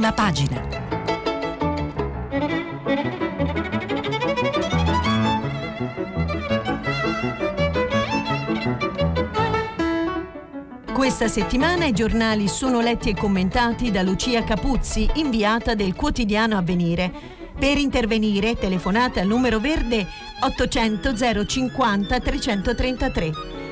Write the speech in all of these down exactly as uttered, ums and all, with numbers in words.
Prima Pagina. Questa settimana i giornali sono letti e commentati da Lucia Capuzzi, inviata del quotidiano Avvenire. Per intervenire telefonate al numero verde ottocento zero cinquanta trecentotrentatré.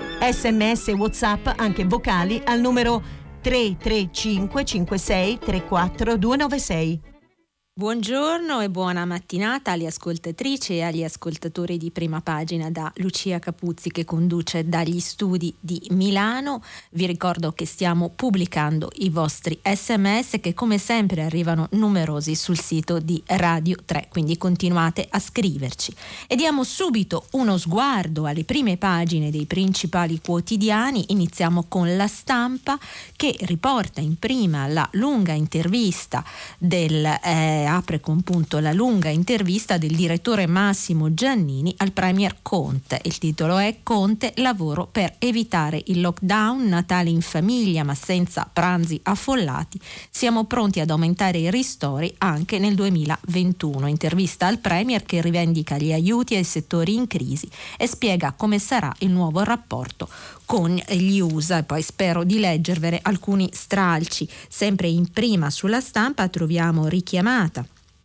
Sms e WhatsApp anche vocali al numero tre tre cinque cinque sei tre quattro due nove sei. Buongiorno e buona mattinata alle ascoltatrici e agli ascoltatori di Prima Pagina da Lucia Capuzzi, che conduce dagli studi di Milano. Vi ricordo che stiamo pubblicando i vostri sms che come sempre arrivano numerosi sul sito di Radio tre, quindi continuate a scriverci. E diamo subito uno sguardo alle prime pagine dei principali quotidiani. Iniziamo con La Stampa, che riporta in prima la lunga intervista del eh, apre con punto la lunga intervista del direttore Massimo Giannini al premier Conte. Il titolo è: Conte, lavoro per evitare il lockdown, Natale in famiglia ma senza pranzi affollati, siamo pronti ad aumentare i ristori anche nel duemilaventuno. Intervista al premier che rivendica gli aiuti ai settori in crisi e spiega come sarà il nuovo rapporto con gli U S A. E poi spero di leggervene alcuni stralci. Sempre in prima sulla Stampa troviamo richiamata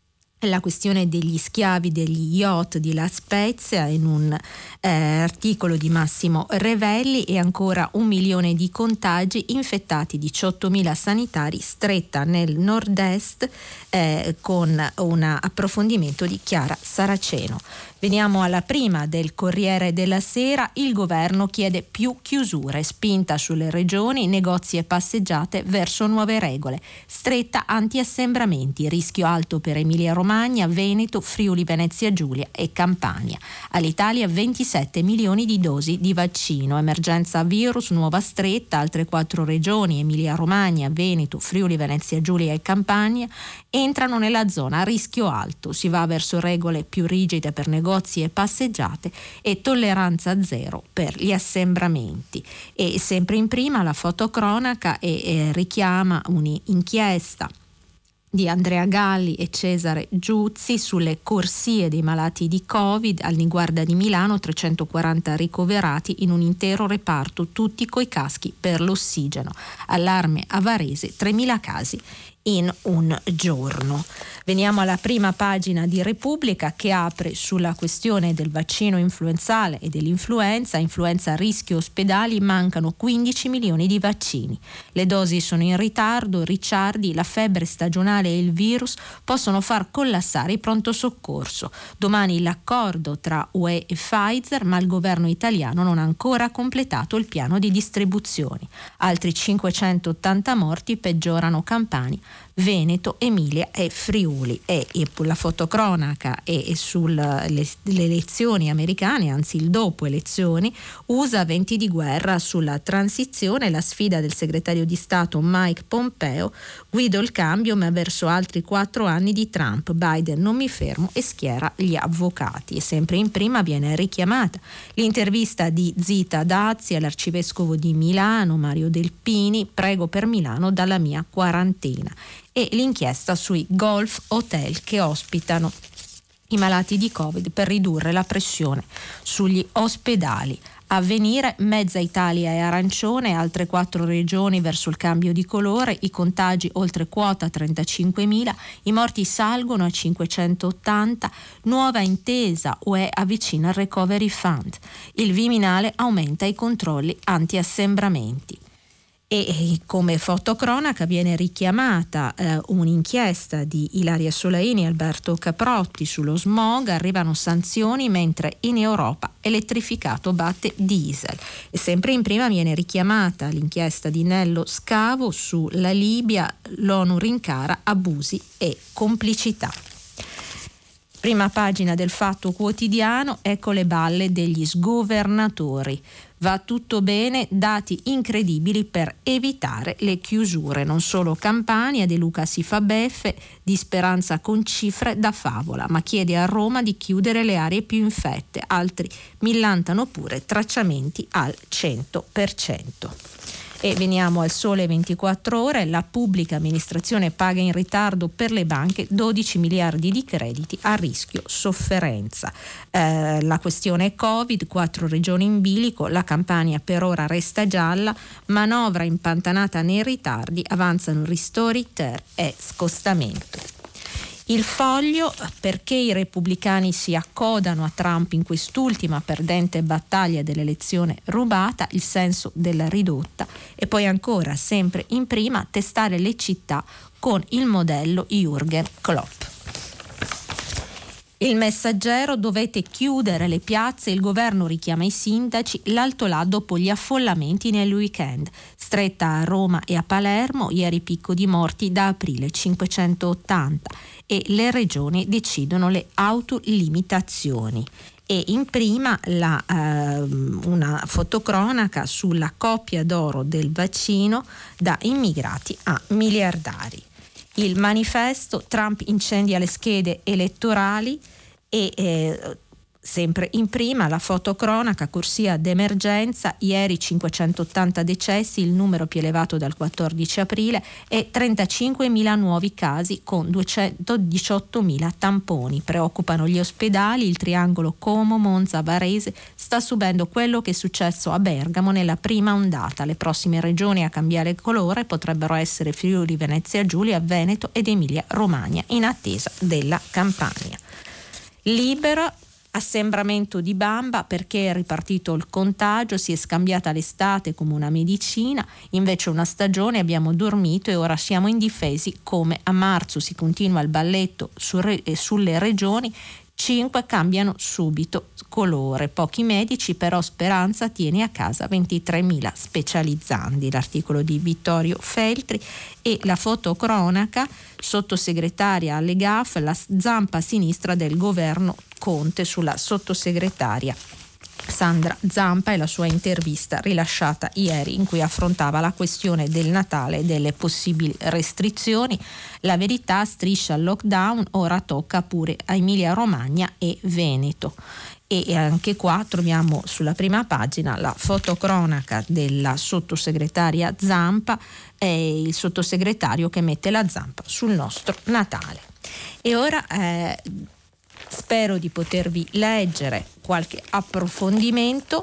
la questione degli schiavi degli yacht di La Spezia in un eh, articolo di Massimo Revelli, e ancora un milione di contagi, infettati diciottomila sanitari, stretta nel nord-est, eh, con un approfondimento di Chiara Saraceno. Veniamo alla prima del Corriere della Sera. Il governo chiede più chiusure, spinta sulle regioni, negozi e passeggiate verso nuove regole, stretta anti-assembramenti, rischio alto per Emilia Romagna, Veneto, Friuli Venezia Giulia e Campania. All'Italia ventisette milioni di dosi di vaccino, emergenza virus, nuova stretta, altre quattro regioni, Emilia Romagna, Veneto, Friuli Venezia Giulia e Campania, entrano nella zona a rischio alto, si va verso regole più rigide per negozi e passeggiate e tolleranza zero per gli assembramenti. E sempre in prima la fotocronaca e, e richiama un'inchiesta di Andrea Galli e Cesare Giuzzi sulle corsie dei malati di Covid al Niguarda di Milano, trecentoquaranta ricoverati in un intero reparto, tutti coi caschi per l'ossigeno. Allarme a Varese, tremila casi in un giorno. Veniamo alla prima pagina di Repubblica, che apre sulla questione del vaccino influenzale e dell'influenza. Influenza a rischio ospedali, mancano quindici milioni di vaccini. Le dosi sono in ritardo, ricciardi, la febbre stagionale e il virus possono far collassare il pronto soccorso. Domani l'accordo tra U E e Pfizer, ma il governo italiano non ha ancora completato il piano di distribuzioni. Altri cinquecentottanta morti, peggiorano Campania, Veneto, Emilia e Friuli. E, e la fotocronaca e, e sulle le elezioni americane, anzi il dopo elezioni, U S A venti di guerra sulla transizione, la sfida del segretario di Stato Mike Pompeo, guido il cambio ma verso altri quattro anni di Trump, Biden non mi fermo e schiera gli avvocati. E sempre in prima viene richiamata l'intervista di Zita Dazzi all'arcivescovo di Milano Mario Delpini, prego per Milano dalla mia quarantena, e l'inchiesta sui golf hotel che ospitano i malati di Covid per ridurre la pressione sugli ospedali. Avvenire, mezza Italia è arancione, altre quattro regioni verso il cambio di colore, i contagi oltre quota trentacinquemila, i morti salgono a cinquecentottanta, nuova intesa U E avvicina il Recovery Fund, il Viminale aumenta i controlli anti-assembramenti. E come fotocronaca viene richiamata eh, un'inchiesta di Ilaria Solaini e Alberto Caprotti sullo smog, arrivano sanzioni mentre in Europa elettrificato batte diesel. E sempre in prima viene richiamata l'inchiesta di Nello Scavo sulla Libia, l'ONU rincara abusi e complicità. Prima pagina del Fatto Quotidiano, ecco le balle degli sgovernatori. Va tutto bene, dati incredibili per evitare le chiusure. Non solo Campania, De Luca si fa beffe, di Speranza con cifre da favola, ma chiede a Roma di chiudere le aree più infette. Altri millantano pure tracciamenti al cento per cento. E veniamo al Sole ventiquattro Ore, la pubblica amministrazione paga in ritardo per le banche dodici miliardi di crediti a rischio sofferenza. Eh, la questione è Covid, quattro regioni in bilico, la Campania per ora resta gialla, manovra impantanata nei ritardi, avanzano ristori, ter e scostamento. Il Foglio, perché i repubblicani si accodano a Trump in quest'ultima perdente battaglia dell'elezione rubata, il senso della ridotta, e poi ancora, sempre in prima, testare le città con il modello Jürgen Klopp. Il Messaggero, dovete chiudere le piazze, il governo richiama i sindaci, l'Alto Là dopo gli affollamenti nel weekend. Stretta a Roma e a Palermo, ieri picco di morti da aprile cinquecentottanta e le regioni decidono le autolimitazioni. E in prima la, eh, una fotocronaca sulla coppia d'oro del vaccino da immigrati a miliardari. Il Manifesto, Trump incendia le schede elettorali e eh, sempre in prima la fotocronaca, corsia d'emergenza, ieri cinquecentottanta decessi, il numero più elevato dal quattordici aprile, e trentacinquemila nuovi casi con duecentodiciottomila tamponi. Preoccupano gli ospedali, il triangolo Como, Monza, Varese sta subendo quello che è successo a Bergamo nella prima ondata. Le prossime regioni a cambiare colore potrebbero essere Friuli, Venezia Giulia, Veneto ed Emilia Romagna, in attesa della Campania. Libera, assembramento di bamba, perché è ripartito il contagio, si è scambiata l'estate come una medicina, invece una stagione abbiamo dormito e ora siamo indifesi come a marzo. Si continua il balletto su re, sulle regioni, cinque cambiano subito colore, pochi medici, però Speranza tiene a casa ventitremila specializzandi. L'articolo di Vittorio Feltri. E la fotocronaca, sottosegretaria alle G A F, la zampa sinistra del governo Conte sulla sottosegretaria Sandra Zampa e la sua intervista rilasciata ieri, in cui affrontava la questione del Natale e delle possibili restrizioni. La Verità striscia al lockdown, ora tocca pure a Emilia Romagna e Veneto. E anche qua troviamo sulla prima pagina la fotocronaca della sottosegretaria Zampa e il sottosegretario che mette la zampa sul nostro Natale. E ora eh, spero di potervi leggere qualche approfondimento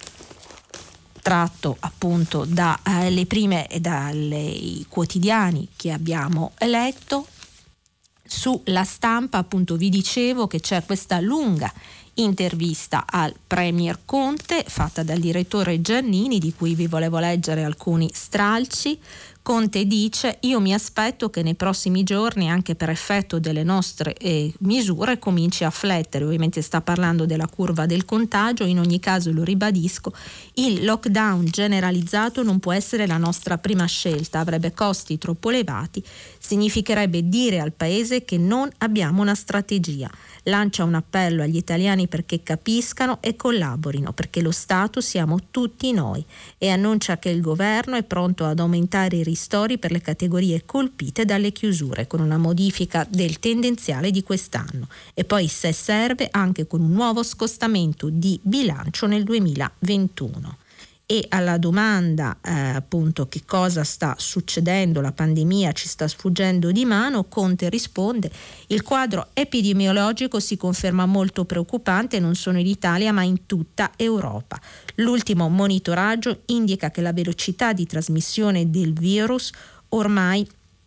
tratto appunto dalle eh, prime e dai quotidiani che abbiamo letto. Sulla Stampa appunto vi dicevo che c'è questa lunga intervista al Premier Conte fatta dal direttore Giannini, di cui vi volevo leggere alcuni stralci. Conte dice: io mi aspetto che nei prossimi giorni, anche per effetto delle nostre eh, misure, cominci a flettere. Ovviamente sta parlando della curva del contagio. In ogni caso, lo ribadisco, il lockdown generalizzato non può essere la nostra prima scelta, avrebbe costi troppo elevati, significherebbe dire al paese che non abbiamo una strategia. Lancia un appello agli italiani perché capiscano e collaborino, perché lo Stato siamo tutti noi, e annuncia che il governo è pronto ad aumentare i ristori per le categorie colpite dalle chiusure, con una modifica del tendenziale di quest'anno, e poi, se serve, anche con un nuovo scostamento di bilancio nel duemilaventuno. E alla domanda eh, appunto che cosa sta succedendo, la pandemia ci sta sfuggendo di mano, Conte risponde: il quadro epidemiologico si conferma molto preoccupante non solo in Italia ma in tutta Europa. L'ultimo monitoraggio indica che la velocità di trasmissione del virus ormai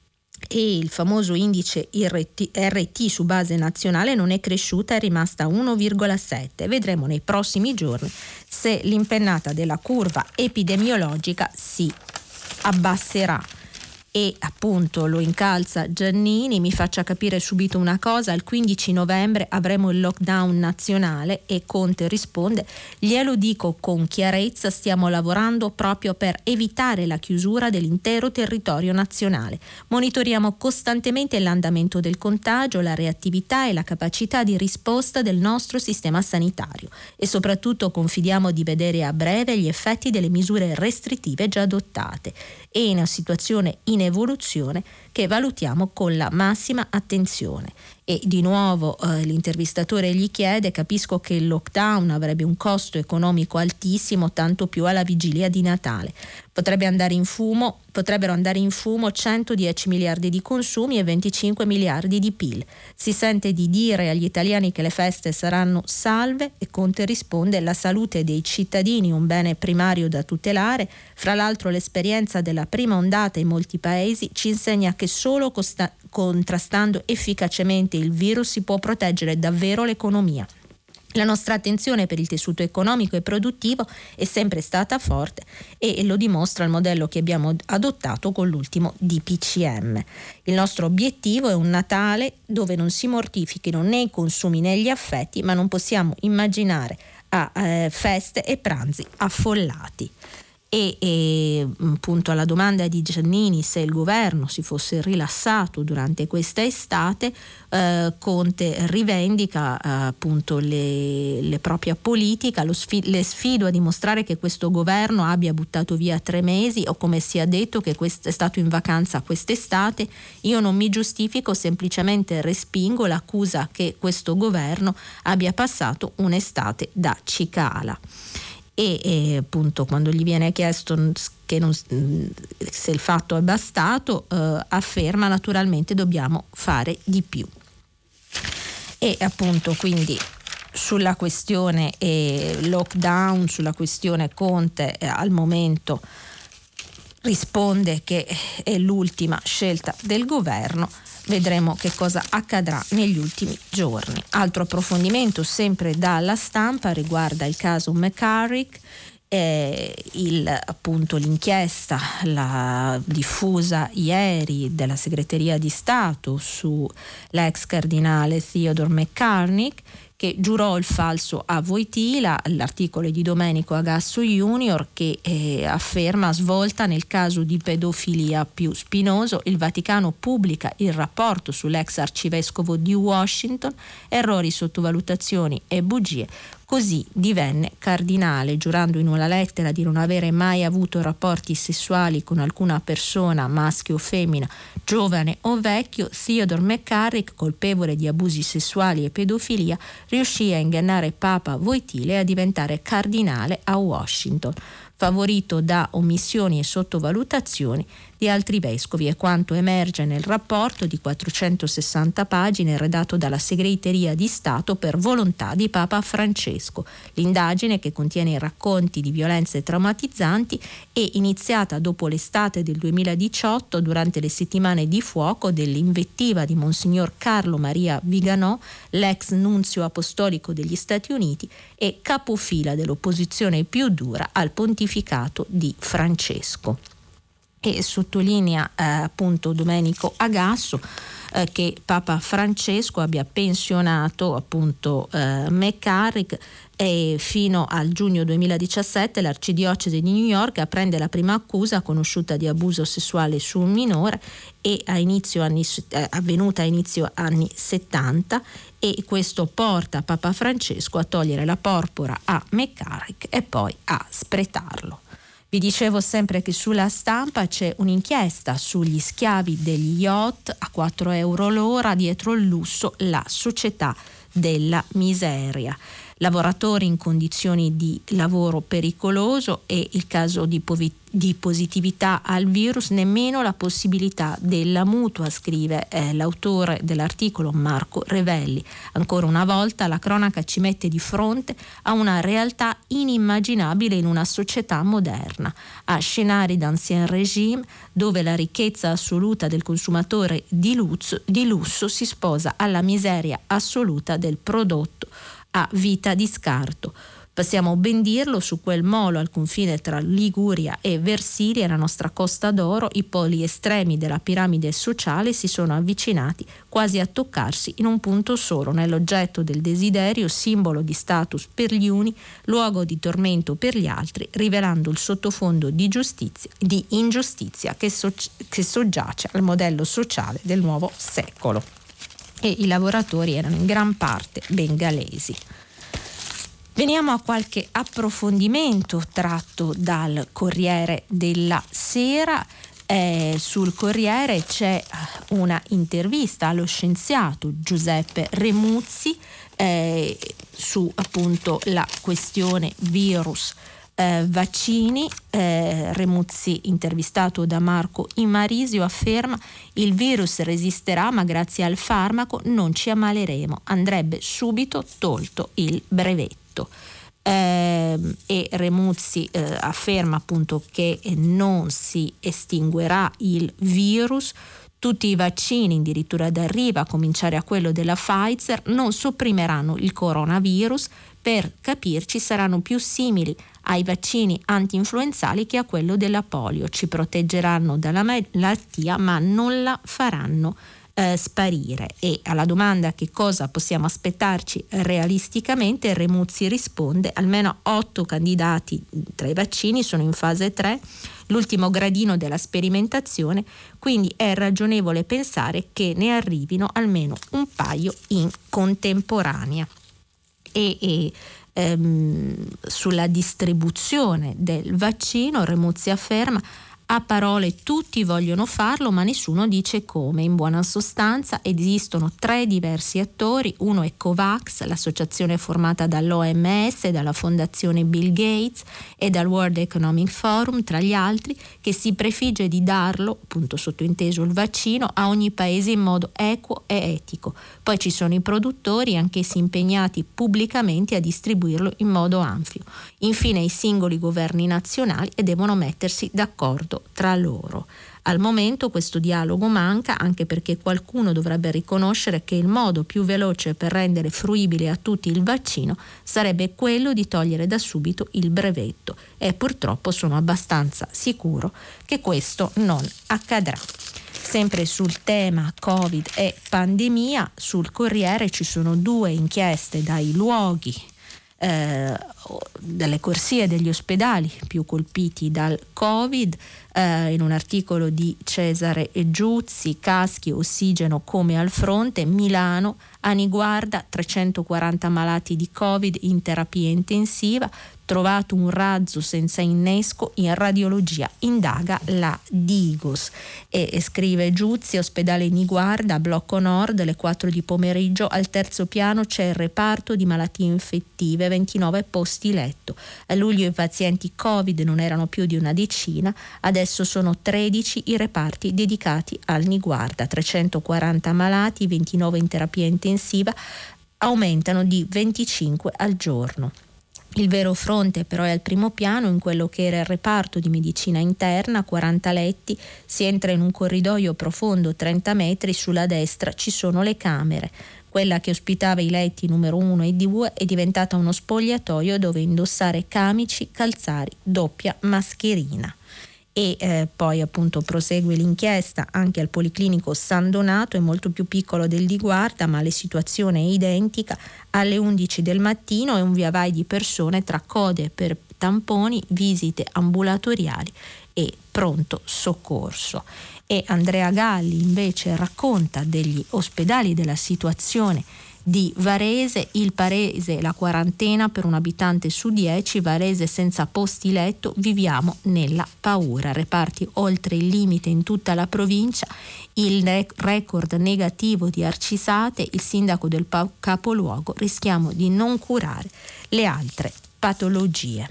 e il famoso indice R T, R T su base nazionale non è cresciuta, è rimasta a uno virgola sette. Vedremo nei prossimi giorni se l'impennata della curva epidemiologica si abbasserà. E appunto lo incalza Giannini: mi faccia capire subito una cosa, il quindici novembre avremo il lockdown nazionale, e Conte risponde: glielo dico con chiarezza, stiamo lavorando proprio per evitare la chiusura dell'intero territorio nazionale. Monitoriamo costantemente l'andamento del contagio, la reattività e la capacità di risposta del nostro sistema sanitario, e soprattutto confidiamo di vedere a breve gli effetti delle misure restrittive già adottate, e in una situazione in evoluzione che valutiamo con la massima attenzione. E di nuovo eh, l'intervistatore gli chiede: capisco che il lockdown avrebbe un costo economico altissimo, tanto più alla vigilia di Natale. Potrebbe andare in fumo, potrebbero andare in fumo centodieci miliardi di consumi e venticinque miliardi di P I L. Si sente di dire agli italiani che le feste saranno salve e Conte risponde: la salute dei cittadini un bene primario da tutelare. Fra l'altro l'esperienza della prima ondata in molti paesi ci insegna che solo costa- contrastando efficacemente il virus si può proteggere davvero l'economia. La nostra attenzione per il tessuto economico e produttivo è sempre stata forte e lo dimostra il modello che abbiamo adottato con l'ultimo D P C M. Il nostro obiettivo è un Natale dove non si mortifichino né i consumi né gli affetti, ma non possiamo immaginare a, eh, feste e pranzi affollati. E, e appunto alla domanda di Giannini se il governo si fosse rilassato durante questa estate, eh, Conte rivendica eh, appunto le, le proprie politiche, lo sfi- le sfido a dimostrare che questo governo abbia buttato via tre mesi o, come sia detto, che quest- è stato in vacanza quest'estate. Io non mi giustifico, semplicemente respingo l'accusa che questo governo abbia passato un'estate da cicala. E, e appunto quando gli viene chiesto che non, se il fatto è bastato, eh, afferma: naturalmente dobbiamo fare di più. E appunto quindi sulla questione eh, lockdown, sulla questione Conte, eh, al momento risponde che è l'ultima scelta del governo. Vedremo che cosa accadrà negli ultimi giorni. Altro approfondimento sempre dalla Stampa riguarda il caso McCarrick. Eh, il, appunto l'inchiesta la diffusa ieri della Segreteria di Stato sull'ex cardinale Theodore McCarrick, che giurò il falso a Wojtyla. L'articolo è di Domenico Agasso Junior, che eh, afferma: svolta nel caso di pedofilia più spinoso, il Vaticano pubblica il rapporto sull'ex arcivescovo di Washington, errori, sottovalutazioni e bugie. Così divenne cardinale, giurando in una lettera di non avere mai avuto rapporti sessuali con alcuna persona, maschio o femmina, giovane o vecchio. Theodore McCarrick, colpevole di abusi sessuali e pedofilia, riuscì a ingannare Papa Wojtyla e a diventare cardinale a Washington, favorito da omissioni e sottovalutazioni di altri vescovi. È quanto emerge nel rapporto di quattrocentosessanta pagine redatto dalla Segreteria di Stato per volontà di Papa Francesco. L'indagine, che contiene i racconti di violenze traumatizzanti, è iniziata dopo l'estate del duemiladiciotto, durante le settimane di fuoco dell'invettiva di Monsignor Carlo Maria Viganò, l'ex nunzio apostolico degli Stati Uniti e capofila dell'opposizione più dura al pontificato di Francesco. E sottolinea eh, appunto Domenico Agasso eh, che Papa Francesco abbia pensionato appunto eh, McCarrick, e fino al giugno duemiladiciassette l'arcidiocesi di New York apprende la prima accusa conosciuta di abuso sessuale su un minore, e a inizio anni, eh, avvenuta a inizio anni settanta, e questo porta Papa Francesco a togliere la porpora a McCarrick e poi a spretarlo. Vi dicevo sempre che sulla Stampa c'è un'inchiesta sugli schiavi degli yacht a quattro euro l'ora, dietro il lusso la società della miseria. Lavoratori in condizioni di lavoro pericoloso e il caso di, povi- di positività al virus, nemmeno la possibilità della mutua, scrive eh, l'autore dell'articolo Marco Revelli. Ancora una volta la cronaca ci mette di fronte a una realtà inimmaginabile in una società moderna, a scenari d'ancien régime dove la ricchezza assoluta del consumatore di lusso, di lusso si sposa alla miseria assoluta del prodotto a vita di scarto. Possiamo ben dirlo, su quel molo al confine tra Liguria e Versilia, la nostra Costa d'Oro, i poli estremi della piramide sociale si sono avvicinati quasi a toccarsi in un punto solo, nell'oggetto del desiderio, simbolo di status per gli uni, luogo di tormento per gli altri, rivelando il sottofondo di giustizia, di ingiustizia che, so- che soggiace al modello sociale del nuovo secolo. E i lavoratori erano in gran parte bengalesi. Veniamo a qualche approfondimento tratto dal Corriere della Sera. Eh, sul Corriere c'è una intervista allo scienziato Giuseppe Remuzzi eh, su appunto la questione virus eh, vaccini. eh, Remuzzi, intervistato da Marco Imarisio, afferma: il virus resisterà, ma grazie al farmaco non ci ammaleremo, andrebbe subito tolto il brevetto. Eh, e Remuzzi eh, afferma appunto che non si estinguerà il virus. Tutti i vaccini, addirittura d'arrivo, a cominciare a quello della Pfizer, non sopprimeranno il coronavirus. Per capirci, saranno più simili ai vaccini anti-influenzali che a quello della polio. Ci proteggeranno dalla malattia, ma non la faranno Eh, sparire. E alla domanda che cosa possiamo aspettarci realisticamente, Remuzzi risponde: almeno otto candidati tra i vaccini sono in fase tre, l'ultimo gradino della sperimentazione, quindi è ragionevole pensare che ne arrivino almeno un paio in contemporanea. E, e ehm, sulla distribuzione del vaccino, Remuzzi afferma: a parole tutti vogliono farlo, ma nessuno dice come. In buona sostanza esistono tre diversi attori: uno è COVAX, l'associazione formata dall'O M S, dalla Fondazione Bill Gates e dal World Economic Forum, tra gli altri, che si prefigge di darlo, appunto sottointeso il vaccino, a ogni paese in modo equo e etico. Poi ci sono i produttori, anch'essi impegnati pubblicamente a distribuirlo in modo ampio. Infine i singoli governi nazionali, e devono mettersi d'accordo tra loro. Al momento questo dialogo manca, anche perché qualcuno dovrebbe riconoscere che il modo più veloce per rendere fruibile a tutti il vaccino sarebbe quello di togliere da subito il brevetto, e purtroppo sono abbastanza sicuro che questo non accadrà. Sempre sul tema Covid e pandemia, sul Corriere ci sono due inchieste dai luoghi eh, delle corsie degli ospedali più colpiti dal Covid. Eh, in un articolo di Cesare Giuzzi, caschi, ossigeno come al fronte, Milano, Aniguarda, trecentoquaranta malati di Covid in terapia intensiva, trovato un razzo senza innesco in radiologia, indaga la Digos. E, e scrive Giuzzi: ospedale Niguarda, blocco nord, alle quattro di pomeriggio, al terzo piano c'è il reparto di malattie infettive, ventinove posti letto. A luglio i pazienti Covid non erano più di una decina, adesso sono tredici i reparti dedicati al Niguarda, trecentoquaranta malati, ventinove in terapia intensiva, aumentano di venticinque al giorno. Il vero fronte però è al primo piano, in quello che era il reparto di medicina interna, quaranta letti, si entra in un corridoio profondo trenta metri, sulla destra ci sono le camere. Quella che ospitava i letti numero uno e due è diventata uno spogliatoio dove indossare camici, calzari, doppia mascherina. E eh, poi appunto prosegue l'inchiesta anche al Policlinico San Donato, è molto più piccolo del Niguarda, ma la situazione è identica. Alle undici del mattino è un via vai di persone tra code per tamponi, visite ambulatoriali e pronto soccorso. E Andrea Galli invece racconta degli ospedali, della situazione di Varese. Il Paese, la quarantena per un abitante su dieci, Varese senza posti letto, viviamo nella paura, reparti oltre il limite in tutta la provincia, il record negativo di Arcisate, il sindaco del capoluogo: rischiamo di non curare le altre patologie.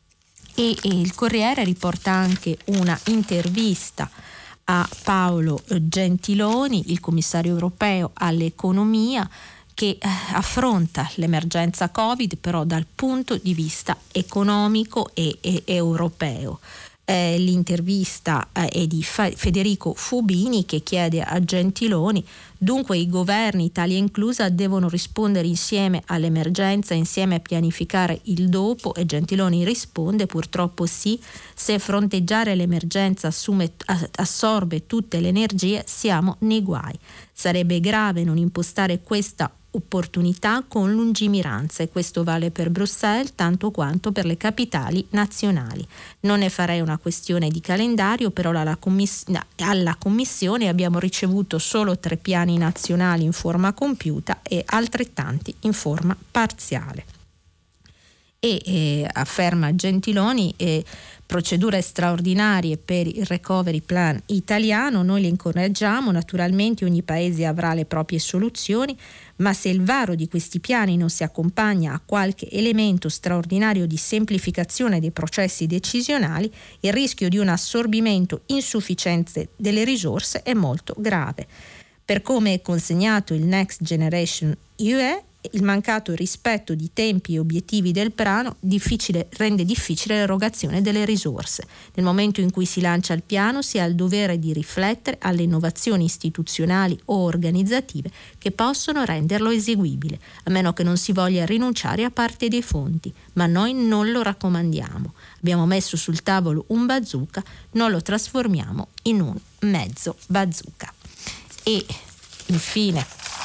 E, e il Corriere riporta anche una intervista a Paolo Gentiloni, il commissario europeo all'economia, che eh, affronta l'emergenza Covid però dal punto di vista economico e, e europeo. Eh, l'intervista eh, è di Fa- Federico Fubini, che chiede a Gentiloni: dunque i governi, Italia inclusa, devono rispondere insieme all'emergenza, insieme a pianificare il dopo? E Gentiloni risponde: purtroppo sì, se fronteggiare l'emergenza assume, assorbe tutte le energie siamo nei guai. Sarebbe grave non impostare questa opportunità con lungimiranza, e questo vale per Bruxelles tanto quanto per le capitali nazionali. Non ne farei una questione di calendario, però alla, commiss- alla Commissione abbiamo ricevuto solo tre piani nazionali in forma compiuta e altrettanti in forma parziale. e eh, afferma Gentiloni eh, procedure straordinarie per il recovery plan italiano. Noi le incoraggiamo, naturalmente ogni paese avrà le proprie soluzioni, ma se il varo di questi piani non si accompagna a qualche elemento straordinario di semplificazione dei processi decisionali, il rischio di un assorbimento insufficiente delle risorse è molto grave. Per come è consegnato il Next Generation E U, il mancato rispetto di tempi e obiettivi del piano difficile, rende difficile l'erogazione delle risorse. Nel momento in cui si lancia il piano si ha il dovere di riflettere alle innovazioni istituzionali o organizzative che possono renderlo eseguibile, a meno che non si voglia rinunciare a parte dei fondi, ma noi non lo raccomandiamo. Abbiamo messo sul tavolo un bazooka, non lo trasformiamo in un mezzo bazooka. E infine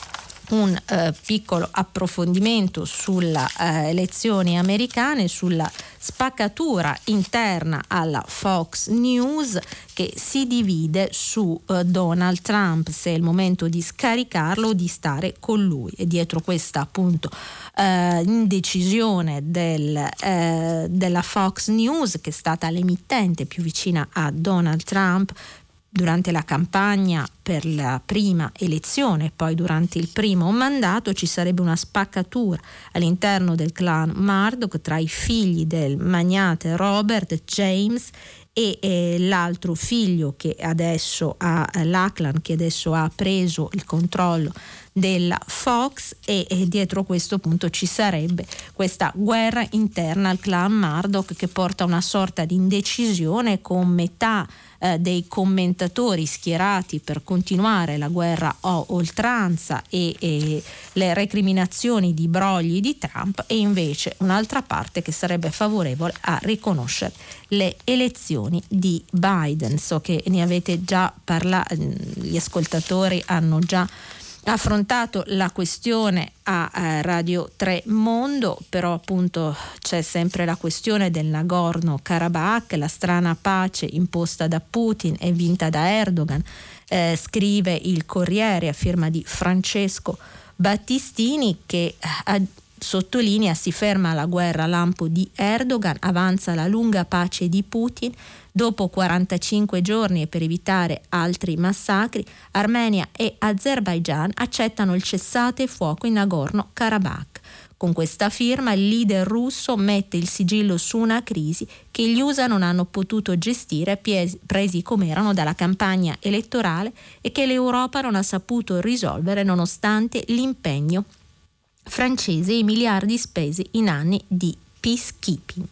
un eh, piccolo approfondimento sulle eh, elezioni americane, sulla spaccatura interna alla Fox News, che si divide su eh, Donald Trump, se è il momento di scaricarlo o di stare con lui. E dietro questa appunto eh, indecisione del, eh, della Fox News, che è stata l'emittente più vicina a Donald Trump durante la campagna per la prima elezione e poi durante il primo mandato, ci sarebbe una spaccatura all'interno del clan Murdoch tra i figli del magnate Robert James e eh, l'altro figlio che adesso ha eh, Lachlan, che adesso ha preso il controllo della Fox, e, e dietro questo punto ci sarebbe questa guerra interna al clan Murdoch che porta a una sorta di indecisione, con metà eh, dei commentatori schierati per continuare la guerra a oltranza e, e le recriminazioni di brogli di Trump, e invece un'altra parte che sarebbe favorevole a riconoscere le elezioni di Biden. So che ne avete già parlato, gli ascoltatori hanno già affrontato la questione a eh, Radio tre Mondo, però appunto c'è sempre la questione del Nagorno-Karabakh, la strana pace imposta da Putin e vinta da Erdogan, eh, scrive il Corriere a firma di Francesco Battistini, che eh, sottolinea: si ferma la guerra lampo di Erdogan, avanza la lunga pace di Putin. Dopo quarantacinque giorni e per evitare altri massacri, Armenia e Azerbaigian accettano il cessate fuoco in Nagorno-Karabakh. Con questa firma il leader russo mette il sigillo su una crisi che gli U S A non hanno potuto gestire, presi come erano dalla campagna elettorale, e che l'Europa non ha saputo risolvere nonostante l'impegno francese e i miliardi spesi in anni di peacekeeping.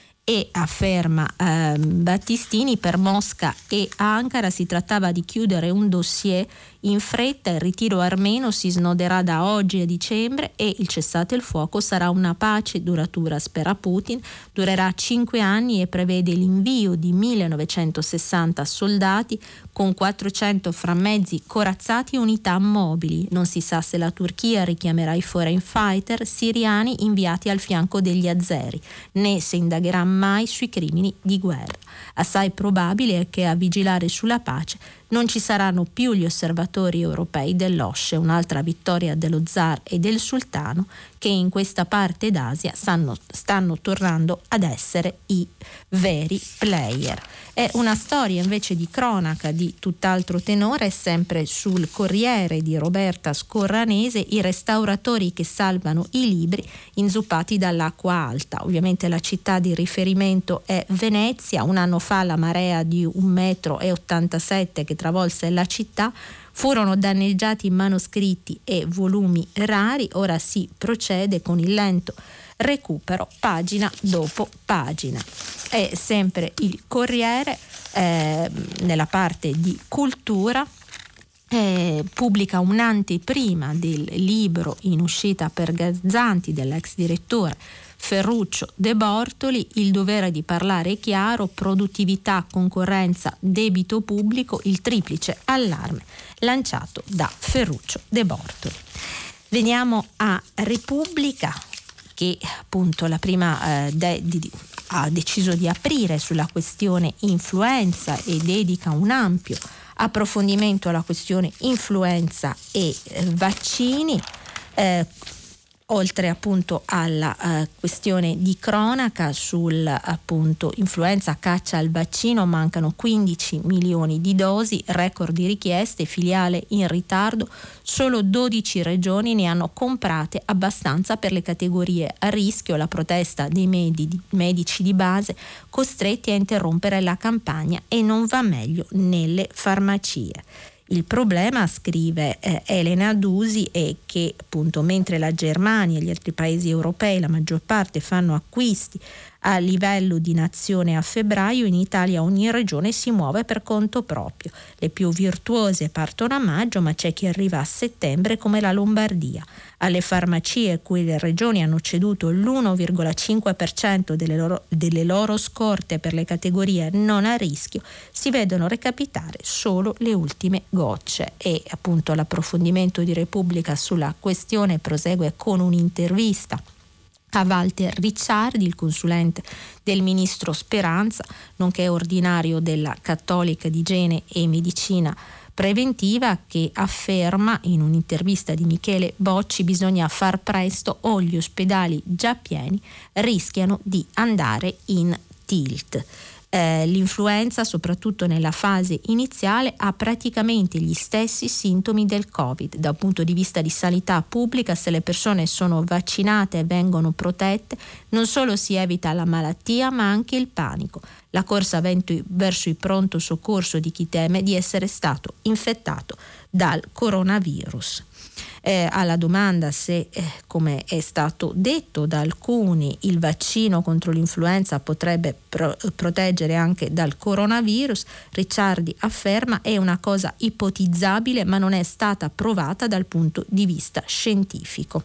E afferma eh, Battistini, per Mosca e Ankara si trattava di chiudere un dossier in fretta, il ritiro armeno si snoderà da oggi a dicembre e il cessate il fuoco sarà una pace duratura, spera Putin, durerà cinque anni e prevede l'invio di millenovecentosessanta soldati con quattrocento frammezzi corazzati e unità mobili. Non si sa se la Turchia richiamerà i foreign fighter siriani inviati al fianco degli azeri, né se indagherà mai sui crimini di guerra. Assai probabile è che a vigilare sulla pace non ci saranno più gli osservatori europei dell'O S C E, un'altra vittoria dello zar e del sultano, che in questa parte d'Asia stanno, stanno tornando ad essere i veri player. È una storia invece di cronaca di tutt'altro tenore, sempre sul Corriere di Roberta Scorranese, i restauratori che salvano i libri inzuppati dall'acqua alta. Ovviamente la città di riferimento è Venezia. Un anno fa la marea di un metro e ottantasette che travolse la città, furono danneggiati manoscritti e volumi rari. Ora si procede con il lento recupero pagina dopo pagina. È sempre il Corriere, eh, nella parte di cultura, eh, pubblica un'anteprima del libro in uscita per Gazzanti dell'ex direttore Ferruccio De Bortoli, Il dovere di parlare chiaro, produttività, concorrenza, debito pubblico, il triplice allarme lanciato da Ferruccio De Bortoli. Veniamo a Repubblica, che appunto la prima eh, de- di, ha deciso di aprire sulla questione influenza e dedica un ampio approfondimento alla questione influenza e eh, vaccini. Eh, Oltre appunto alla uh, questione di cronaca sul appunto influenza caccia al vaccino, mancano quindici milioni di dosi, record di richieste, filiale in ritardo, solo dodici regioni ne hanno comprate abbastanza per le categorie a rischio, la protesta dei medi, medici di base costretti a interrompere la campagna e non va meglio nelle farmacie. Il problema, scrive eh, Elena Dusi, è che appunto mentre la Germania e gli altri paesi europei, la maggior parte, fanno acquisti a livello di nazione a febbraio, in Italia ogni regione si muove per conto proprio. Le più virtuose partono a maggio, ma c'è chi arriva a settembre come la Lombardia. Alle farmacie cui le regioni hanno ceduto l'uno virgola cinque per cento delle loro, delle loro scorte per le categorie non a rischio si vedono recapitare solo le ultime gocce. E appunto l'approfondimento di Repubblica sulla questione prosegue con un'intervista a Walter Ricciardi, il consulente del ministro Speranza, nonché ordinario della Cattolica di Igiene e Medicina Preventiva, che afferma in un'intervista di Michele Bocci: bisogna far presto o gli ospedali già pieni rischiano di andare in tilt. Eh, l'influenza, soprattutto nella fase iniziale, ha praticamente gli stessi sintomi del Covid. Da un punto di vista di sanità pubblica, se le persone sono vaccinate e vengono protette, non solo si evita la malattia, ma anche il panico. La corsa verso il pronto soccorso di chi teme di essere stato infettato dal coronavirus. Eh, alla domanda se, eh, come è stato detto da alcuni, il vaccino contro l'influenza potrebbe pro- proteggere anche dal coronavirus, Ricciardi afferma: è una cosa ipotizzabile, ma non è stata provata dal punto di vista scientifico.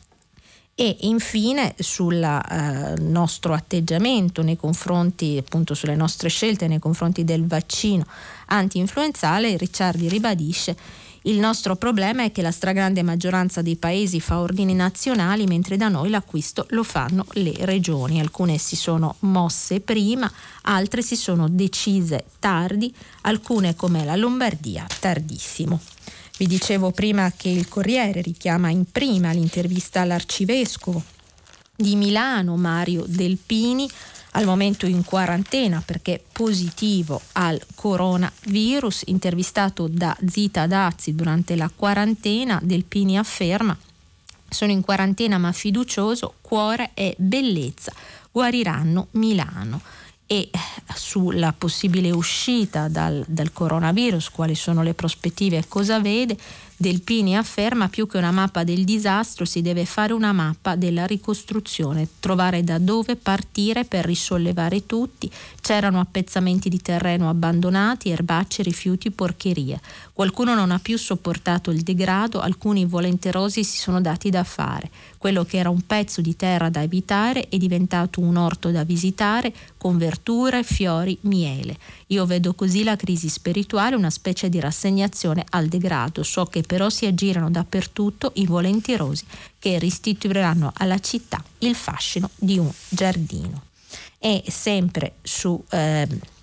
E infine sul eh, nostro atteggiamento nei confronti, appunto sulle nostre scelte nei confronti del vaccino anti-influenzale, Ricciardi ribadisce: il nostro problema è che la stragrande maggioranza dei paesi fa ordini nazionali, mentre da noi l'acquisto lo fanno le regioni. Alcune si sono mosse prima, altre si sono decise tardi, alcune come la Lombardia tardissimo. Vi dicevo prima che il Corriere richiama in prima l'intervista all'arcivescovo di Milano, Mario Delpini, al momento in quarantena perché positivo al coronavirus. Intervistato da Zita Dazzi durante la quarantena, Delpini afferma: sono in quarantena ma fiducioso, cuore e bellezza guariranno Milano. E sulla possibile uscita dal, dal coronavirus, quali sono le prospettive e cosa vede, Delpini afferma: più che una mappa del disastro si deve fare una mappa della ricostruzione, trovare da dove partire per risollevare tutti. C'erano appezzamenti di terreno abbandonati, erbacce, rifiuti, porcherie. Qualcuno non ha più sopportato il degrado, alcuni volenterosi si sono dati da fare. Quello che era un pezzo di terra da evitare è diventato un orto da visitare, con verdure, fiori, miele. Io vedo così la crisi spirituale, una specie di rassegnazione al degrado. So che però si aggirano dappertutto i volenterosi che restituiranno alla città il fascino di un giardino. E sempre su eh,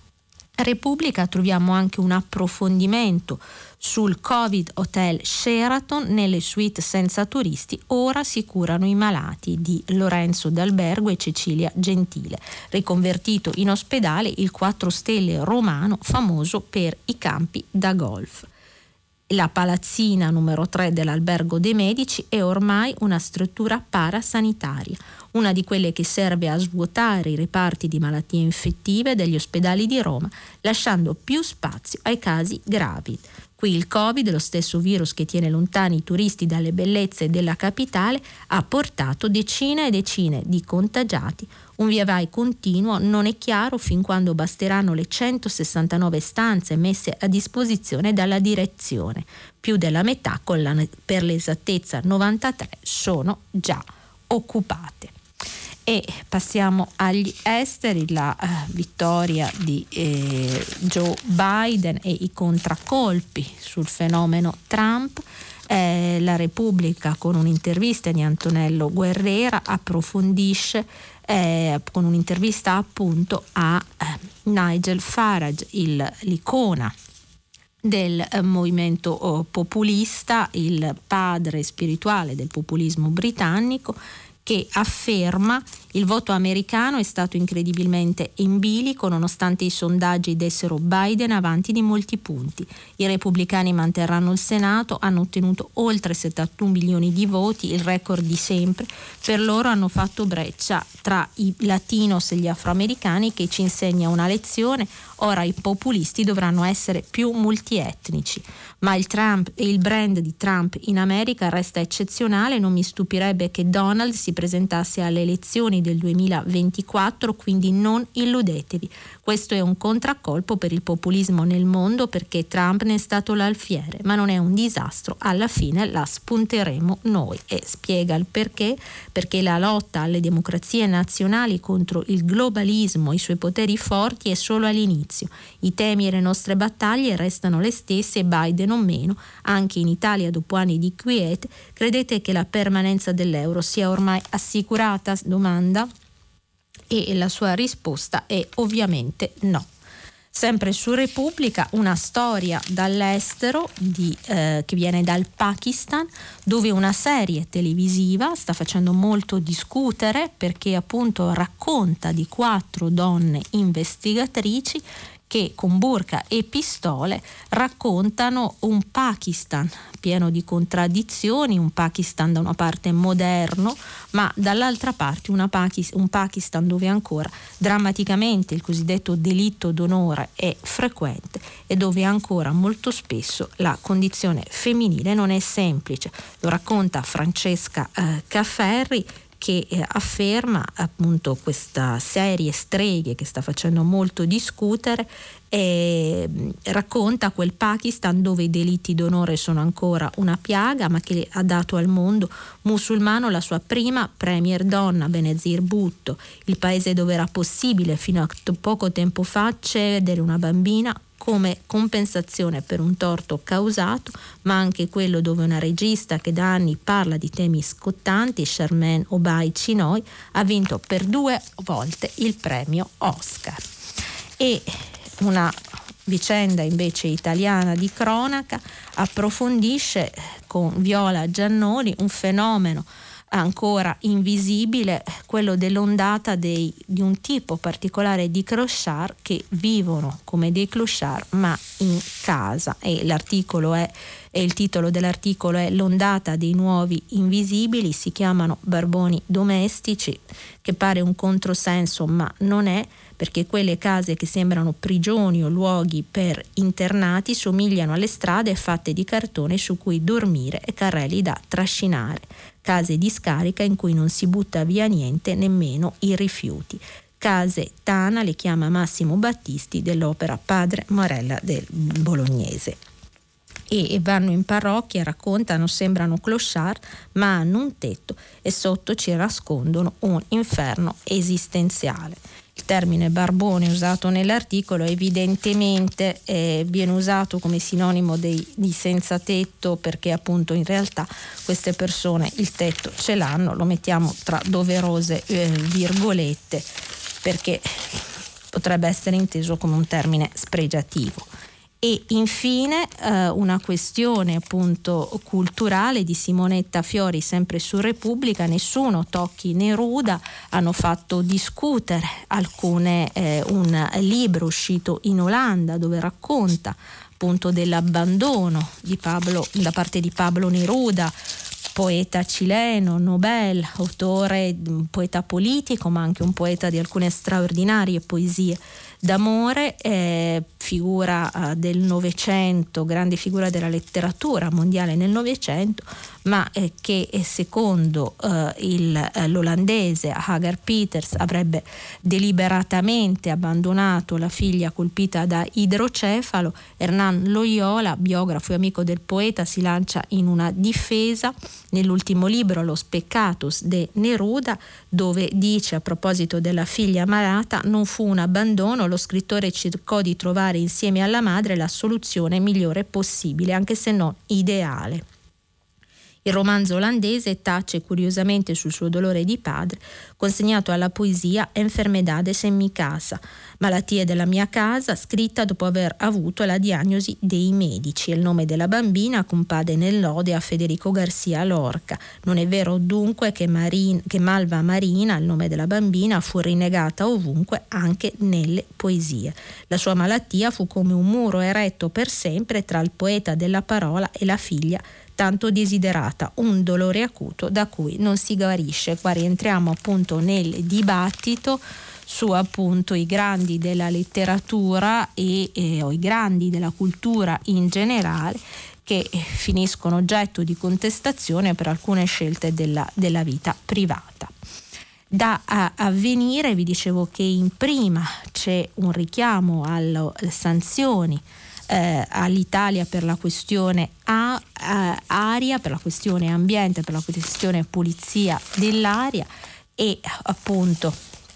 Repubblica troviamo anche un approfondimento sul Covid Hotel Sheraton. Nelle suite senza turisti ora si curano i malati, di Lorenzo D'Albergo e Cecilia Gentile. Riconvertito in ospedale il quattro stelle romano, famoso per i campi da golf. La palazzina numero tre dell'Albergo dei Medici è ormai una struttura parasanitaria, una di quelle che serve a svuotare i reparti di malattie infettive degli ospedali di Roma, lasciando più spazio ai casi gravi. Qui il Covid, lo stesso virus che tiene lontani i turisti dalle bellezze della capitale, ha portato decine e decine di contagiati. Un via vai continuo, non è chiaro fin quando basteranno le centosessantanove stanze messe a disposizione dalla direzione. Più della metà, con la, per l'esattezza novantatré, sono già occupate. E passiamo agli esteri, la uh, vittoria di eh, Joe Biden e i contraccolpi sul fenomeno Trump. Eh, la Repubblica, con un'intervista di Antonello Guerrera, approfondisce eh, con un'intervista appunto a eh, Nigel Farage, il, l'icona del eh, movimento oh, populista, il padre spirituale del populismo britannico, che afferma: il voto americano è stato incredibilmente in bilico nonostante i sondaggi dessero Biden avanti di molti punti. I repubblicani manterranno il Senato, hanno ottenuto oltre settantuno milioni di voti, il record di sempre. Per loro hanno fatto breccia tra i latinos e gli afroamericani, che ci insegna una lezione. Ora i populisti dovranno essere più multietnici. Ma il Trump e il brand di Trump in America resta eccezionale. Non mi stupirebbe che Donald si presentasse alle elezioni del duemilaventiquattro, quindi non illudetevi. Questo è un contraccolpo per il populismo nel mondo, perché Trump ne è stato l'alfiere, ma non è un disastro, alla fine la spunteremo noi. E spiega il perché: perché la lotta alle democrazie nazionali contro il globalismo e i suoi poteri forti è solo all'inizio. I temi e le nostre battaglie restano le stesse e Biden non meno. Anche in Italia, dopo anni di quiete, credete che la permanenza dell'euro sia ormai assicurata? Domanda. E la sua risposta è ovviamente no. Sempre su Repubblica, una storia dall'estero di, eh, che viene dal Pakistan, dove una serie televisiva sta facendo molto discutere, perché appunto racconta di quattro donne investigatrici che con burka e pistole raccontano un Pakistan pieno di contraddizioni, un Pakistan da una parte moderno, ma dall'altra parte una Pakis- un Pakistan dove ancora drammaticamente il cosiddetto delitto d'onore è frequente e dove ancora molto spesso la condizione femminile non è semplice. Lo racconta Francesca eh, Cafferri, che eh, afferma appunto questa serie Streghe, che sta facendo molto discutere, e racconta quel Pakistan dove i delitti d'onore sono ancora una piaga, ma che ha dato al mondo musulmano la sua prima premier donna, Benazir Bhutto, il paese dove era possibile fino a poco tempo fa cedere una bambina come compensazione per un torto causato, ma anche quello dove una regista che da anni parla di temi scottanti, Charmaine Obaid Chinoy, ha vinto per due volte il premio Oscar. E una vicenda invece italiana di cronaca approfondisce con Viola Giannoni un fenomeno ancora invisibile, quello dell'ondata dei, di un tipo particolare di clochard che vivono come dei clochard ma in casa, e l'articolo è e il titolo dell'articolo è L'ondata dei nuovi invisibili. Si chiamano barboni domestici, che pare un controsenso ma non è, perché quelle case che sembrano prigioni o luoghi per internati somigliano alle strade fatte di cartone su cui dormire e carrelli da trascinare, case di scarica in cui non si butta via niente, nemmeno i rifiuti. Case Tana le chiama Massimo Battisti dell'opera Padre Morella del Bolognese. E vanno in parrocchia, raccontano, sembrano clochard ma hanno un tetto e sotto ci nascondono un inferno esistenziale. Il termine barbone usato nell'articolo evidentemente eh, viene usato come sinonimo dei, di senza tetto, perché appunto in realtà queste persone il tetto ce l'hanno, lo mettiamo tra doverose eh, virgolette, perché potrebbe essere inteso come un termine spregiativo. E infine eh, una questione appunto culturale di Simonetta Fiori, sempre su Repubblica, Nessuno tocchi Neruda. Hanno fatto discutere alcune eh, un libro uscito in Olanda dove racconta appunto dell'abbandono di Pablo, da parte di Pablo Neruda, poeta cileno, Nobel, autore, un poeta politico ma anche un poeta di alcune straordinarie poesie d'amore, eh, figura eh, del Novecento, grande figura della letteratura mondiale nel Novecento, ma eh, che eh, secondo eh, il, eh, l'olandese Hagar Peters avrebbe deliberatamente abbandonato la figlia colpita da idrocefalo. Hernán Loyola, biografo e amico del poeta, si lancia in una difesa nell'ultimo libro, Los Pecados de Neruda, dove dice a proposito della figlia malata: non fu un abbandono, lo scrittore cercò di trovare insieme alla madre la soluzione migliore possibile, anche se non ideale. Il romanzo olandese tace curiosamente sul suo dolore di padre consegnato alla poesia Enfermedades en mi casa, malattie della mia casa, scritta dopo aver avuto la diagnosi dei medici. Il nome della bambina compade nell'ode a Federico Garcia Lorca. Non è vero dunque che, Marin, che Malva Marina, il nome della bambina, fu rinnegata ovunque, anche nelle poesie. La sua malattia fu come un muro eretto per sempre tra il poeta della parola e la figlia tanto desiderata, un dolore acuto da cui non si guarisce. Qua rientriamo appunto nel dibattito su appunto i grandi della letteratura e, e o i grandi della cultura in generale, che finiscono oggetto di contestazione per alcune scelte della, della vita privata. Da Avvenire vi dicevo che in prima c'è un richiamo alle sanzioni eh, all'Italia per la questione a, a, aria, per la questione ambiente, per la questione pulizia dell'aria, e appunto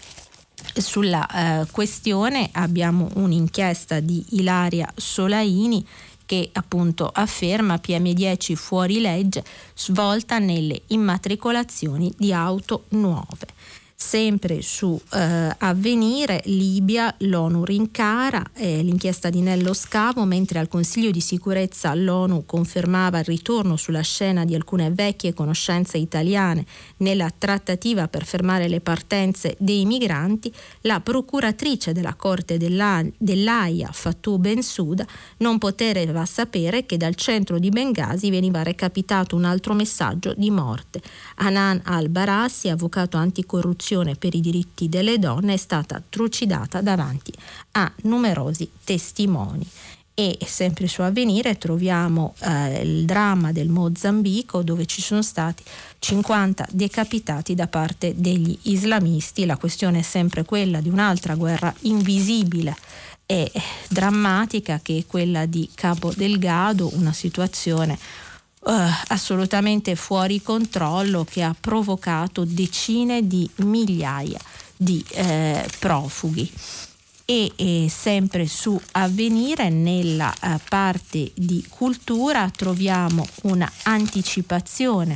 sulla eh, questione abbiamo un'inchiesta di Ilaria Solaini che appunto afferma P M dieci fuori legge, svolta nelle immatricolazioni di auto nuove. Sempre su eh, Avvenire, Libia, l'ONU rincara eh, l'inchiesta di Nello Scavo, mentre al Consiglio di sicurezza l'ONU confermava il ritorno sulla scena di alcune vecchie conoscenze italiane nella trattativa per fermare le partenze dei migranti. La procuratrice della Corte dell'A- dell'Aia, Fatou Bensouda, non poteva sapere che dal centro di Bengasi veniva recapitato un altro messaggio di morte. Hanan al-Barassi, avvocato anticorruzione per i diritti delle donne, è stata trucidata davanti a numerosi testimoni. E sempre su Avvenire troviamo eh, il dramma del Mozambico, dove ci sono stati cinquanta decapitati da parte degli islamisti. La questione è sempre quella di un'altra guerra invisibile e drammatica, che è quella di Cabo Delgado, una situazione Uh, assolutamente fuori controllo che ha provocato decine di migliaia di eh, profughi. E, e sempre su Avvenire, nella uh, parte di cultura, troviamo una anticipazione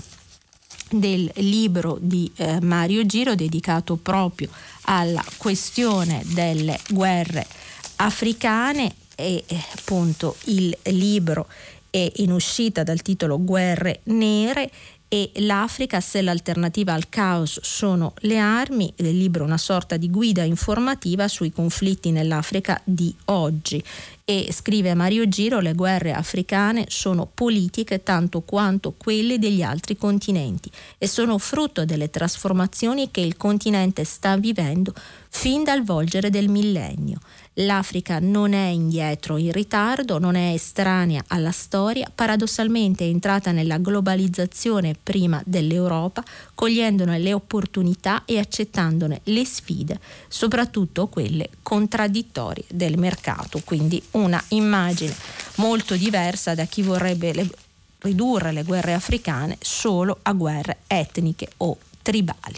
del libro di eh, Mario Giro dedicato proprio alla questione delle guerre africane, e eh, appunto il libro è in uscita dal titolo Guerre nere e l'Africa se l'alternativa al caos sono le armi. Il libro è una sorta di guida informativa sui conflitti nell'Africa di oggi. E scrive Mario Giro: le guerre africane sono politiche tanto quanto quelle degli altri continenti e sono frutto delle trasformazioni che il continente sta vivendo fin dal volgere del millennio. L'Africa non è indietro, in ritardo, non è estranea alla storia, paradossalmente è entrata nella globalizzazione prima dell'Europa, cogliendone le opportunità e accettandone le sfide, soprattutto quelle contraddittorie del mercato. Quindi una immagine molto diversa da chi vorrebbe le, ridurre le guerre africane solo a guerre etniche o tribali.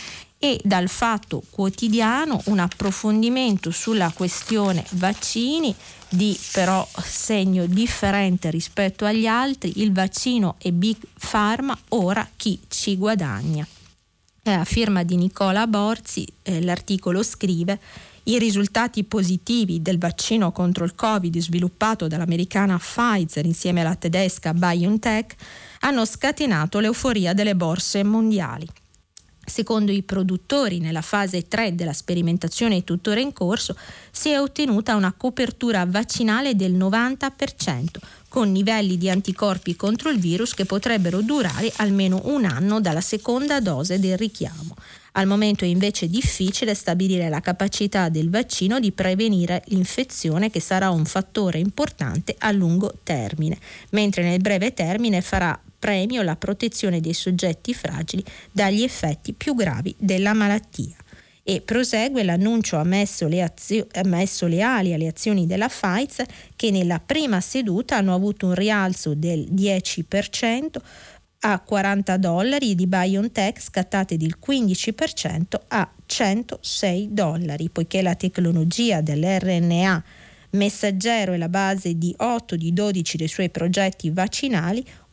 E dal Fatto Quotidiano un approfondimento sulla questione vaccini, di però segno differente rispetto agli altri. Il vaccino e Big Pharma, ora chi ci guadagna. Eh, a firma di Nicola Borzi, eh, l'articolo scrive: i risultati positivi del vaccino contro il Covid sviluppato dall'americana Pfizer insieme alla tedesca BioNTech hanno scatenato l'euforia delle borse mondiali. Secondo i produttori, nella fase tre della sperimentazione tuttora in corso, si è ottenuta una copertura vaccinale del novanta per cento, con livelli di anticorpi contro il virus che potrebbero durare almeno un anno dalla seconda dose del richiamo. Al momento è invece difficile stabilire la capacità del vaccino di prevenire l'infezione, che sarà un fattore importante a lungo termine, mentre nel breve termine farà premio la protezione dei soggetti fragili dagli effetti più gravi della malattia. E prosegue: l'annuncio ha messo le, azio- ha messo le ali alle azioni della Pfizer, che nella prima seduta hanno avuto un rialzo del dieci per cento a quaranta dollari, e di BioNTech scattate del quindici per cento a centosei dollari, poiché la tecnologia dell'erre enne a messaggero è la base di otto di dodici dei suoi progetti vaccinali.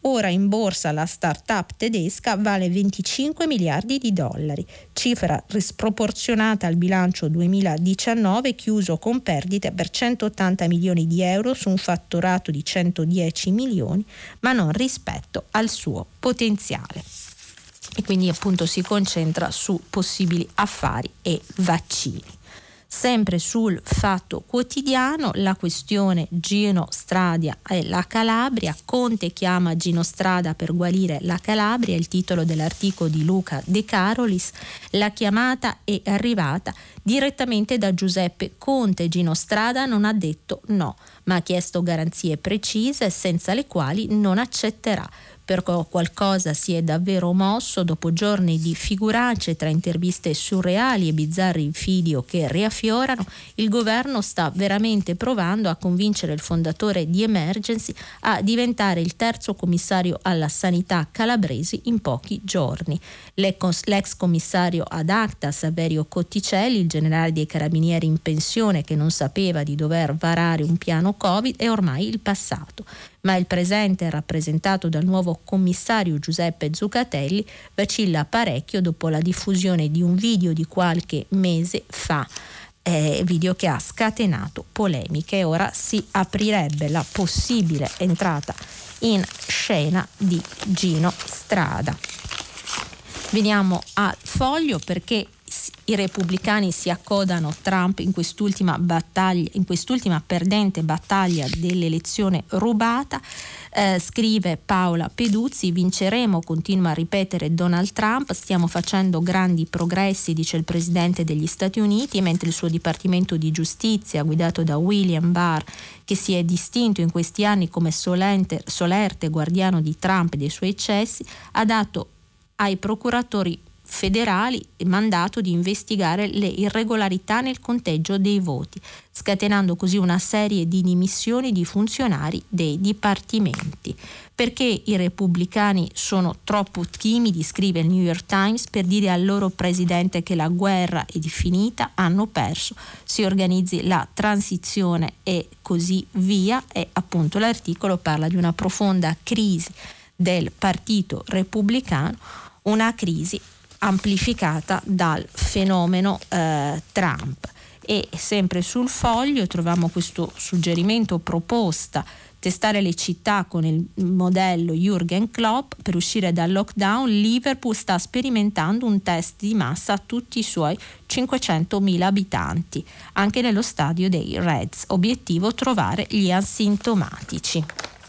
Ora in borsa la start-up tedesca vale venticinque miliardi di dollari, cifra sproporzionata al bilancio duemiladiciannove chiuso con perdite per centottanta milioni di euro su un fatturato di centodieci milioni, ma non rispetto al suo potenziale. E quindi appunto si concentra su possibili affari e vaccini. Sempre sul Fatto Quotidiano, la questione Gino Strada e la Calabria. Conte chiama Gino Strada per guarire la Calabria, il titolo dell'articolo di Luca De Carolis. La chiamata è arrivata direttamente da Giuseppe Conte. Gino Strada non ha detto no, ma ha chiesto garanzie precise senza le quali non accetterà. Però qualcosa si è davvero mosso dopo giorni di figuracce tra interviste surreali e bizzarri video che riaffiorano. Il governo sta veramente provando a convincere il fondatore di Emergency a diventare il terzo commissario alla sanità calabresi in pochi giorni. L'ex commissario ad acta Saverio Cotticelli, il generale dei carabinieri in pensione che non sapeva di dover varare un piano Covid, è ormai il passato. Ma il presente, rappresentato dal nuovo commissario Giuseppe Zuccatelli, vacilla parecchio dopo la diffusione di un video di qualche mese fa, eh, video che ha scatenato polemiche. Ora si aprirebbe la possibile entrata in scena di Gino Strada. Veniamo al Foglio, perché i repubblicani si accodano Trump in quest'ultima battaglia, in quest'ultima perdente battaglia dell'elezione rubata. Eh, scrive Paola Peduzzi: vinceremo, continua a ripetere Donald Trump, stiamo facendo grandi progressi, dice il presidente degli Stati Uniti, mentre il suo dipartimento di giustizia, guidato da William Barr, che si è distinto in questi anni come solente, solerte guardiano di Trump e dei suoi eccessi, ha dato ai procuratori federali mandato di investigare le irregolarità nel conteggio dei voti, scatenando così una serie di dimissioni di funzionari dei dipartimenti. Perché i repubblicani sono troppo timidi, scrive il New York Times, per dire al loro presidente che la guerra è finita, hanno perso, si organizzi la transizione e così via. E appunto l'articolo parla di una profonda crisi del partito repubblicano, una crisi amplificata dal fenomeno eh, Trump. E sempre sul Foglio troviamo questo suggerimento, proposta: testare le città con il modello Jürgen Klopp per uscire dal lockdown. Liverpool sta sperimentando un test di massa a tutti i suoi cinquecentomila abitanti, anche nello stadio dei Reds. Obiettivo: trovare gli asintomatici.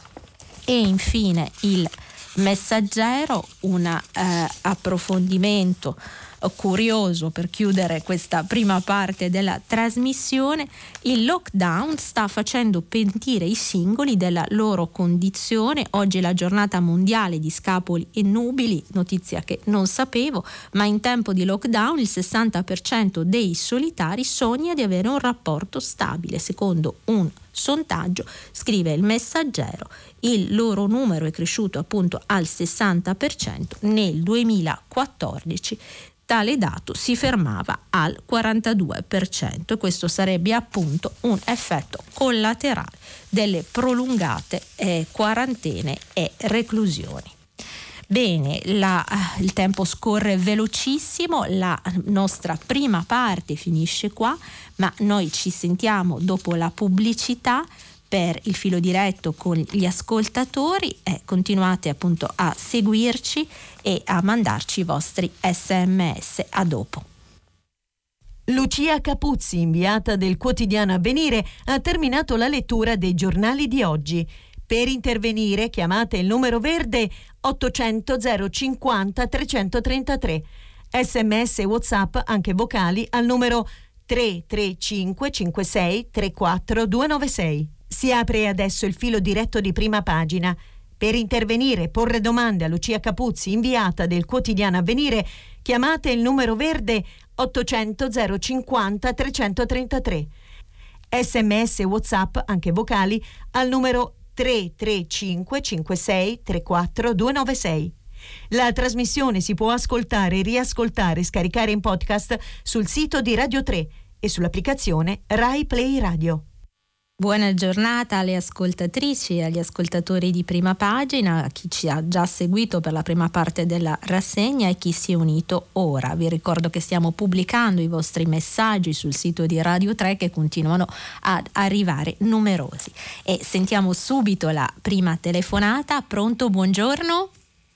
E infine il Messaggero, un eh, approfondimento curioso per chiudere questa prima parte della trasmissione. Il lockdown sta facendo pentire i singoli della loro condizione. Oggi è la giornata mondiale di scapoli e nubili, notizia che non sapevo, ma in tempo di lockdown il sessanta per cento dei solitari sogna di avere un rapporto stabile, secondo un sondaggio, scrive il Messaggero. Il loro numero è cresciuto appunto al sessanta per cento nel duemilaquattordici. Tale dato si fermava al quarantadue per cento e questo sarebbe appunto un effetto collaterale delle prolungate eh, quarantene e reclusioni. Bene, la, il tempo scorre velocissimo, la nostra prima parte finisce qua, ma noi ci sentiamo dopo la pubblicità per il filo diretto con gli ascoltatori. Eh, continuate appunto a seguirci e a mandarci i vostri sms. A dopo. Lucia Capuzzi, inviata del quotidiano Avvenire, ha terminato la lettura dei giornali di oggi. Per intervenire chiamate il numero verde ottocento zero cinquanta trecentotrentatré. Sms e WhatsApp anche vocali al numero tre tre cinque cinque sei tre quattro due nove sei. Si apre adesso il filo diretto di Prima Pagina. Per intervenire e porre domande a Lucia Capuzzi, inviata del quotidiano Avvenire, chiamate il numero verde ottocento zero cinquanta trecentotrentatré. Sms e WhatsApp anche vocali al numero tre tre cinque cinque sei tre quattro due nove sei. La trasmissione si può ascoltare, riascoltare e scaricare in podcast sul sito di Radio tre e sull'applicazione Rai Play Radio. Buona giornata alle ascoltatrici e agli ascoltatori di Prima Pagina, a chi ci ha già seguito per la prima parte della rassegna e chi si è unito ora. Vi ricordo che stiamo pubblicando i vostri messaggi sul sito di Radio tre, che continuano ad arrivare numerosi. E sentiamo subito la prima telefonata. Pronto, buongiorno?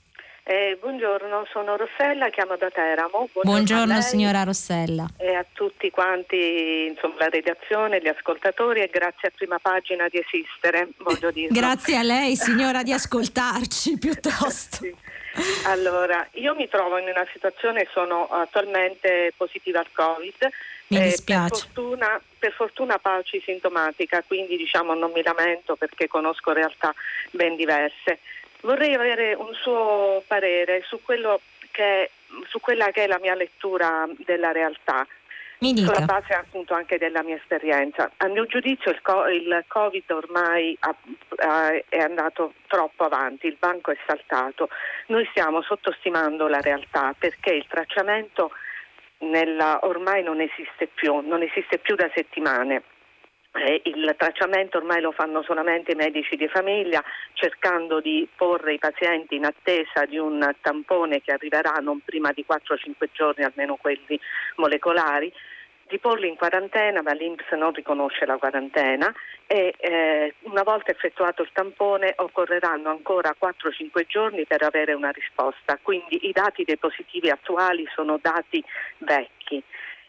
Eh, buongiorno, sono Rossella, chiamo da Teramo. Buongiorno, buongiorno signora Rossella. E a tutti quanti, insomma, la redazione, gli ascoltatori, e grazie a Prima Pagina di esistere, voglio dire. Grazie a lei signora di ascoltarci piuttosto. Sì. Allora, io mi trovo in una situazione, sono attualmente positiva al Covid. Mi dispiace. Eh, per fortuna, per fortuna pace sintomatica, quindi diciamo non mi lamento perché conosco realtà ben diverse. Vorrei avere un suo parere su quello che su quella che è la mia lettura della realtà, Mi dica. sulla base appunto anche della mia esperienza. A mio giudizio il, co- il Covid ormai ha, ha, è andato troppo avanti, il banco è saltato. Noi stiamo sottostimando la realtà perché il tracciamento nella, ormai non esiste più, non esiste più da settimane. Eh, il tracciamento ormai lo fanno solamente i medici di famiglia, cercando di porre i pazienti in attesa di un tampone che arriverà non prima di quattro cinque giorni, almeno quelli molecolari, di porli in quarantena, ma l'I N P S non riconosce la quarantena e eh, una volta effettuato il tampone occorreranno ancora quattro cinque giorni per avere una risposta. Quindi i dati dei positivi attuali sono dati vecchi.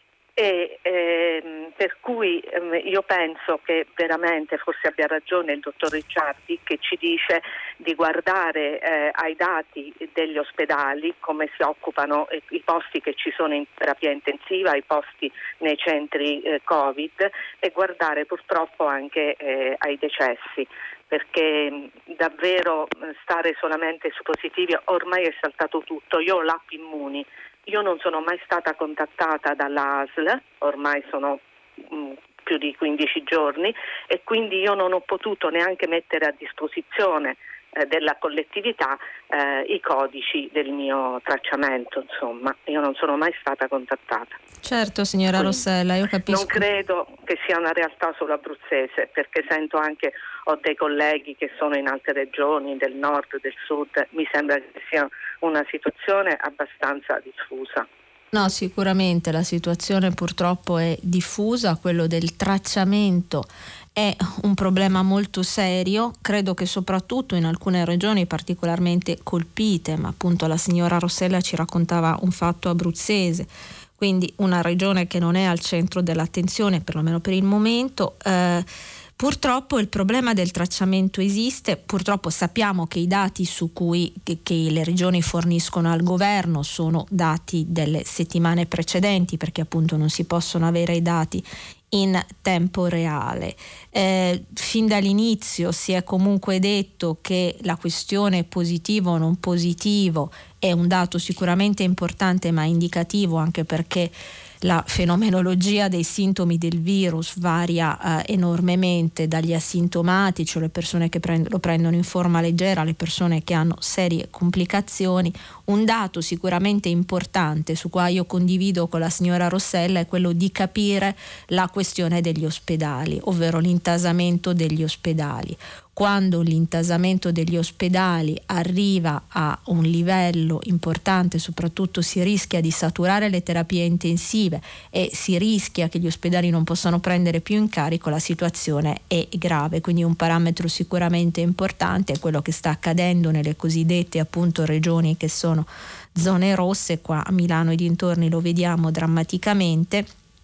E ehm, per cui ehm, io penso che veramente forse abbia ragione il dottor Ricciardi che ci dice di guardare eh, ai dati degli ospedali, come si occupano eh, i posti che ci sono in terapia intensiva, i posti nei centri eh, Covid, e guardare purtroppo anche eh, ai decessi, perché mh, davvero mh, stare solamente su positivi, ormai è saltato tutto. Io ho l'app Immuni. Io non sono mai stata contattata dall'A S L, ormai sono mh, più di quindici giorni, e quindi io non ho potuto neanche mettere a disposizione eh, della collettività eh, i codici del mio tracciamento, insomma, io non sono mai stata contattata. Certo signora quindi, Rossella, io capisco. Non credo che sia una realtà solo abruzzese, perché sento anche, ho dei colleghi che sono in altre regioni, del nord, del sud, mi sembra che sia una situazione abbastanza diffusa. No, sicuramente la situazione purtroppo è diffusa, quello del tracciamento è un problema molto serio, credo che soprattutto in alcune regioni particolarmente colpite, ma appunto la signora Rossella ci raccontava un fatto abruzzese, quindi una regione che non è al centro dell'attenzione, perlomeno per il momento. Eh, Purtroppo il problema del tracciamento esiste, purtroppo sappiamo che i dati su cui che, che le regioni forniscono al governo sono dati delle settimane precedenti, perché appunto non si possono avere i dati in tempo reale. Eh, fin dall'inizio si è comunque detto che la questione positivo o non positivo è un dato sicuramente importante ma indicativo, anche perché la fenomenologia dei sintomi del virus varia eh, enormemente dagli asintomatici o le persone che prend- lo prendono in forma leggera alle persone che hanno serie complicazioni. Un dato sicuramente importante su cui io condivido con la signora Rossella è quello di capire la questione degli ospedali, ovvero l'intasamento degli ospedali. Quando l'intasamento degli ospedali arriva a un livello importante, soprattutto si rischia di saturare le terapie intensive e si rischia che gli ospedali non possano prendere più in carico, la situazione è grave. Quindi un parametro sicuramente importante è quello che sta accadendo nelle cosiddette appunto regioni che sono zone rosse. Qua a Milano e dintorni lo vediamo drammaticamente.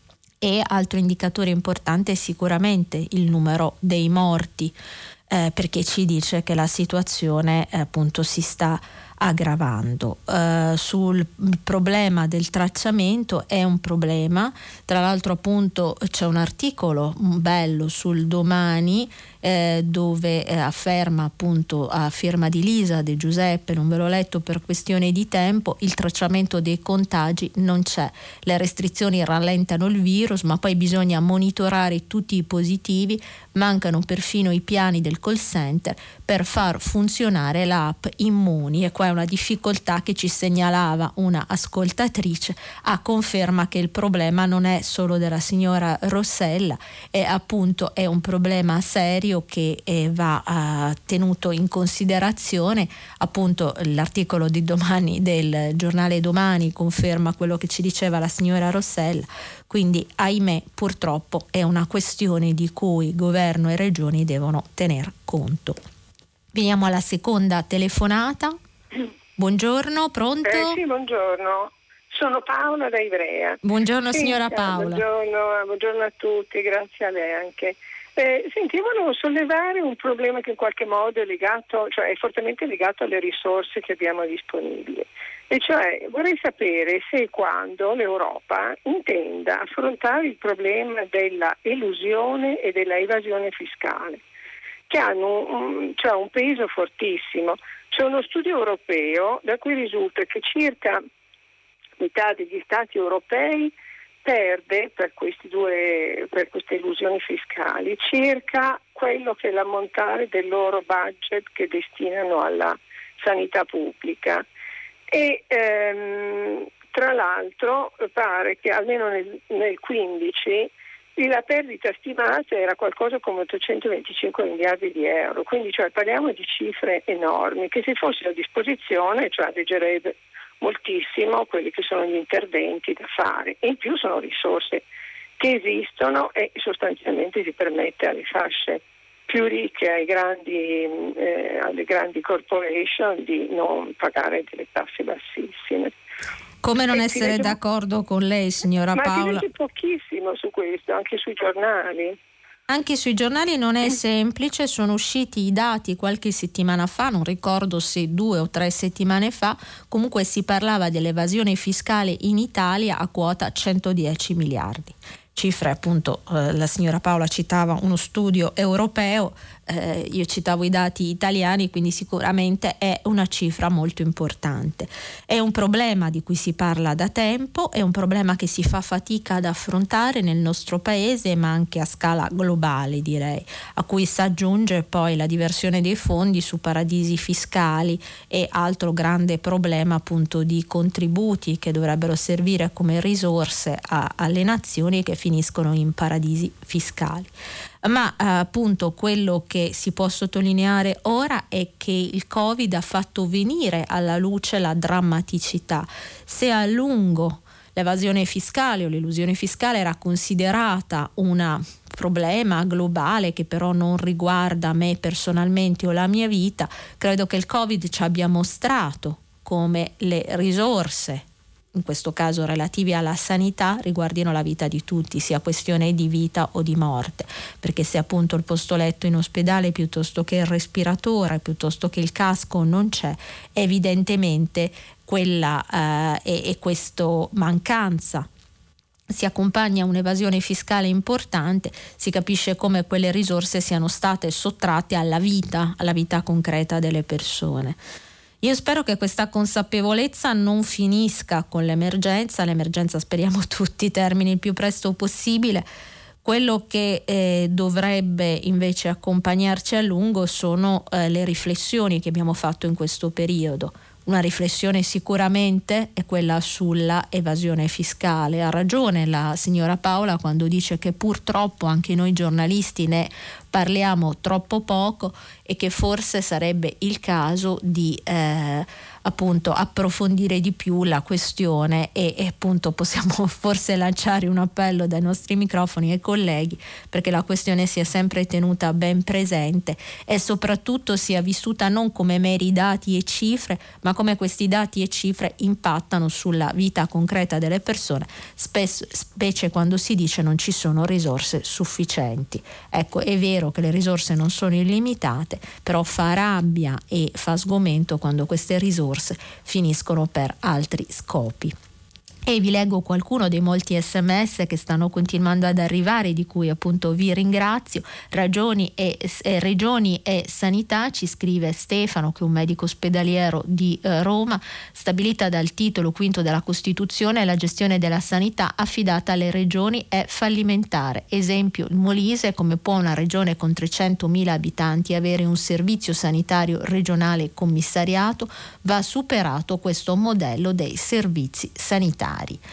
E altro indicatore importante è sicuramente il numero dei morti, Eh, perché ci dice che la situazione eh, appunto si sta aggravando. Eh, sul problema del tracciamento è un problema, tra l'altro appunto c'è un articolo bello sul Domani eh, dove eh, afferma appunto a firma di Lisa De Giuseppe, non ve l'ho letto per questione di tempo, il tracciamento dei contagi non c'è, le restrizioni rallentano il virus, ma poi bisogna monitorare tutti i positivi, mancano perfino i piani del call center per far funzionare l'app Immuni, e qua è una difficoltà che ci segnalava una ascoltatrice, a conferma che il problema non è solo della signora Rossella, è appunto è un problema serio che eh, va uh, tenuto in considerazione. Appunto l'articolo di domani del giornale Domani conferma quello che ci diceva la signora Rossella, quindi ahimè purtroppo è una questione di cui governo e regioni devono tener conto. Veniamo alla seconda telefonata. Buongiorno, pronto? Eh, sì, buongiorno. Sono Paola da Ivrea. Buongiorno sì, signora Paola. Buongiorno, buongiorno a tutti, grazie a lei anche. Eh, senti, io volevo sollevare un problema che in qualche modo è legato, cioè è fortemente legato alle risorse che abbiamo disponibili. E cioè vorrei sapere se e quando l'Europa intenda affrontare il problema della elusione e della evasione fiscale, che hanno un, cioè un peso fortissimo. C'è uno studio europeo da cui risulta che circa metà degli stati europei perde per questi due, per queste elusioni fiscali circa quello che è l'ammontare del loro budget che destinano alla sanità pubblica. E ehm, tra l'altro pare che almeno nel, nel quindici la perdita stimata era qualcosa come ottocentoventicinque miliardi di euro, quindi cioè parliamo di cifre enormi che se fossero a disposizione, cioè alleggerebbe moltissimo quelli che sono gli interventi da fare, e in più sono risorse che esistono e sostanzialmente si permette alle fasce più ricche, ai grandi, eh, alle grandi corporation di non pagare delle tasse bassissime. Come non e essere legge... d'accordo con lei, signora Ma Paola? Ma si legge pochissimo su questo, anche sui giornali. Anche sui giornali non è semplice, sono usciti i dati qualche settimana fa, non ricordo se due o tre settimane fa, comunque si parlava dell'evasione fiscale in Italia a quota centodieci miliardi. Cifre appunto, eh, la signora Paola citava uno studio europeo, eh, io citavo i dati italiani, quindi sicuramente è una cifra molto importante. È un problema di cui si parla da tempo, è un problema che si fa fatica ad affrontare nel nostro paese, ma anche a scala globale, direi, a cui si aggiunge poi la diversione dei fondi su paradisi fiscali e altro grande problema appunto di contributi che dovrebbero servire come risorse a, alle nazioni che finiscono in paradisi fiscali. Ma eh, appunto quello che si può sottolineare ora è che il Covid ha fatto venire alla luce la drammaticità. Se a lungo l'evasione fiscale o l'elusione fiscale era considerata un problema globale che però non riguarda me personalmente o la mia vita, credo che il Covid ci abbia mostrato come le risorse, in questo caso relativi alla sanità, riguardino la vita di tutti, sia questione di vita o di morte, perché se appunto il posto letto in ospedale piuttosto che il respiratore, piuttosto che il casco non c'è, evidentemente quella eh, e, e questo mancanza si accompagna a un'evasione fiscale importante, si capisce come quelle risorse siano state sottratte alla vita, alla vita concreta delle persone. Io spero che questa consapevolezza non finisca con l'emergenza, l'emergenza speriamo tutti termini il più presto possibile. Quello che eh, dovrebbe invece accompagnarci a lungo sono eh, le riflessioni che abbiamo fatto in questo periodo. Una riflessione sicuramente è quella sulla evasione fiscale. Ha ragione la signora Paola quando dice che purtroppo anche noi giornalisti ne parliamo troppo poco e che forse sarebbe il caso di eh, appunto approfondire di più la questione e, e appunto possiamo forse lanciare un appello dai nostri microfoni ai colleghi perché la questione sia sempre tenuta ben presente e soprattutto sia vissuta non come meri dati e cifre, ma come questi dati e cifre impattano sulla vita concreta delle persone, spesso, specie quando si dice non ci sono risorse sufficienti. Ecco, è vero che le risorse non sono illimitate, però fa rabbia e fa sgomento quando queste risorse finiscono per altri scopi. E vi leggo qualcuno dei molti sms che stanno continuando ad arrivare, di cui appunto vi ringrazio. Ragioni e, eh, regioni e sanità, ci scrive Stefano, che è un medico ospedaliero di eh, Roma. Stabilita dal titolo quinto della Costituzione, la gestione della sanità affidata alle regioni è fallimentare. Esempio il Molise: come può una regione con trecentomila abitanti avere un servizio sanitario regionale commissariato? Va superato questo modello dei servizi sanitari.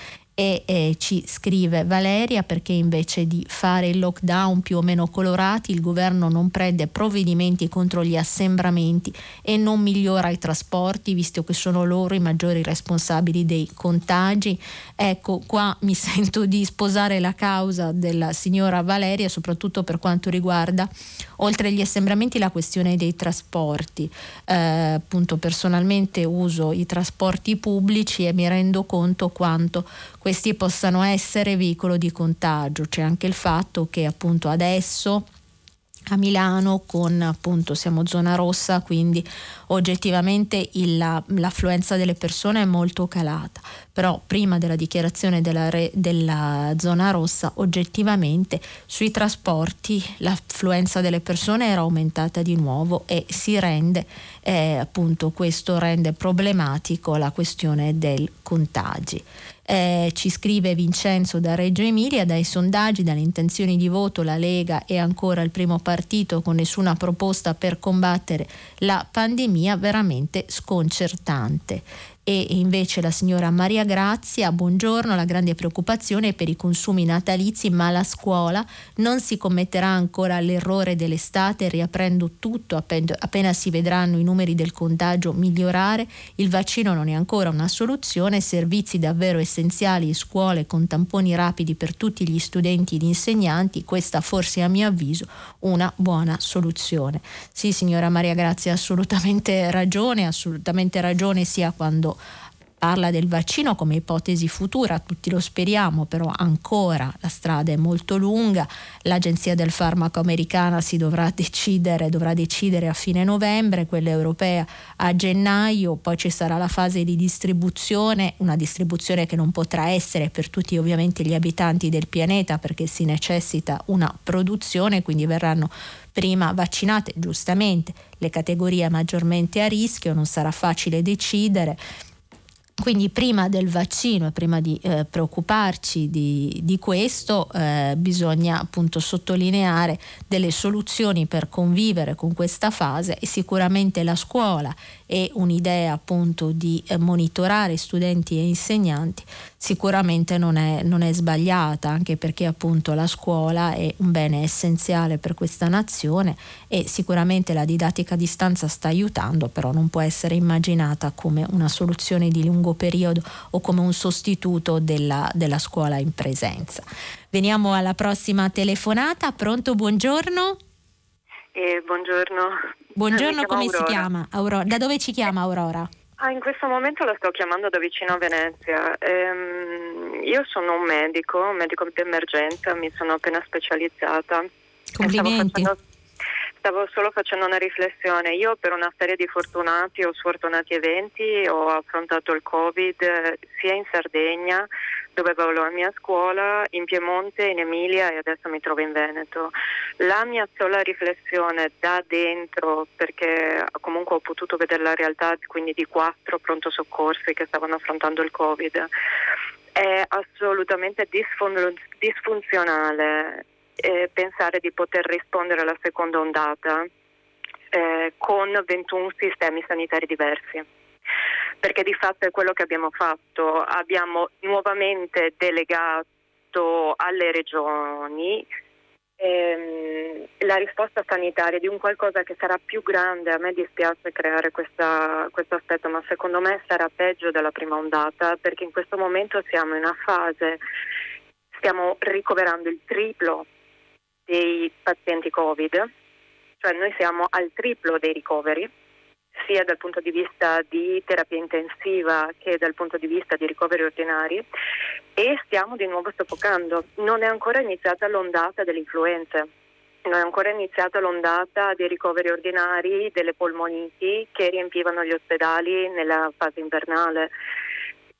E eh, ci scrive Valeria: perché invece di fare il lockdown più o meno colorati il governo non prende provvedimenti contro gli assembramenti e non migliora i trasporti, visto che sono loro i maggiori responsabili dei contagi? Ecco, qua mi sento di sposare la causa della signora Valeria, soprattutto per quanto riguarda, oltre agli assembramenti, la questione dei trasporti. Eh, appunto, personalmente uso i trasporti pubblici e mi rendo conto quanto questi possano essere veicolo di contagio. C'è anche il fatto che appunto adesso a Milano, con appunto siamo zona rossa, quindi oggettivamente il, la, l'affluenza delle persone è molto calata, però prima della dichiarazione della, re, della zona rossa oggettivamente sui trasporti l'affluenza delle persone era aumentata di nuovo e si rende eh, appunto questo rende problematico la questione del contagi. Eh, ci scrive Vincenzo da Reggio Emilia: dai sondaggi, dalle intenzioni di voto, la Lega è ancora il primo partito con nessuna proposta per combattere la pandemia, veramente sconcertante. E invece la signora Maria Grazia: buongiorno, la grande preoccupazione è per i consumi natalizi, ma la scuola non si commetterà ancora l'errore dell'estate riaprendo tutto appena si vedranno i numeri del contagio migliorare? Il vaccino non è ancora una soluzione, servizi davvero essenziali e scuole con tamponi rapidi per tutti gli studenti e gli insegnanti, questa forse a mio avviso una buona soluzione. Sì, signora Maria Grazia, assolutamente ragione, assolutamente ragione, sia quando parla del vaccino come ipotesi futura, tutti lo speriamo, però ancora la strada è molto lunga. L'Agenzia del Farmaco americana si dovrà decidere, dovrà decidere a fine novembre, quella europea a gennaio, poi ci sarà la fase di distribuzione, una distribuzione che non potrà essere per tutti ovviamente gli abitanti del pianeta, perché si necessita una produzione, quindi verranno prima vaccinate giustamente le categorie maggiormente a rischio, non sarà facile decidere. Quindi prima del vaccino e prima di eh, preoccuparci di, di questo eh, bisogna appunto sottolineare delle soluzioni per convivere con questa fase, e sicuramente la scuola e un'idea appunto di eh, monitorare studenti e insegnanti sicuramente non è, non è sbagliata, anche perché appunto la scuola è un bene essenziale per questa nazione e sicuramente la didattica a distanza sta aiutando, però non può essere immaginata come una soluzione di lungo periodo o come un sostituto della, della scuola in presenza. Veniamo alla prossima telefonata. Pronto, buongiorno. Eh, buongiorno. Buongiorno, come Aurora. Si chiama? Aurora. Da dove ci chiama Aurora? Ah, in questo momento la sto chiamando da vicino a Venezia. Ehm, io sono un medico, un medico di emergenza, mi sono appena specializzata. Complimenti. Stavo, facendo, stavo solo facendo una riflessione. Io per una serie di fortunati o sfortunati eventi ho affrontato il Covid sia in Sardegna, dove avevo la mia scuola, in Piemonte, in Emilia e adesso mi trovo in Veneto. La mia sola riflessione da dentro, perché comunque ho potuto vedere la realtà quindi di quattro pronto soccorsi che stavano affrontando il Covid, è assolutamente disfun- disfunzionale eh, pensare di poter rispondere alla seconda ondata eh, con ventuno sistemi sanitari diversi. Perché di fatto è quello che abbiamo fatto, abbiamo nuovamente delegato alle regioni ehm, la risposta sanitaria di un qualcosa che sarà più grande. A me dispiace creare questa, questo aspetto, ma secondo me sarà peggio della prima ondata, perché in questo momento siamo in una fase, stiamo ricoverando il triplo dei pazienti Covid, cioè noi siamo al triplo dei ricoveri, sia dal punto di vista di terapia intensiva che dal punto di vista di ricoveri ordinari, e stiamo di nuovo soffocando. Non è ancora iniziata l'ondata delle influenze, non è ancora iniziata l'ondata dei ricoveri ordinari, delle polmoniti che riempivano gli ospedali nella fase invernale.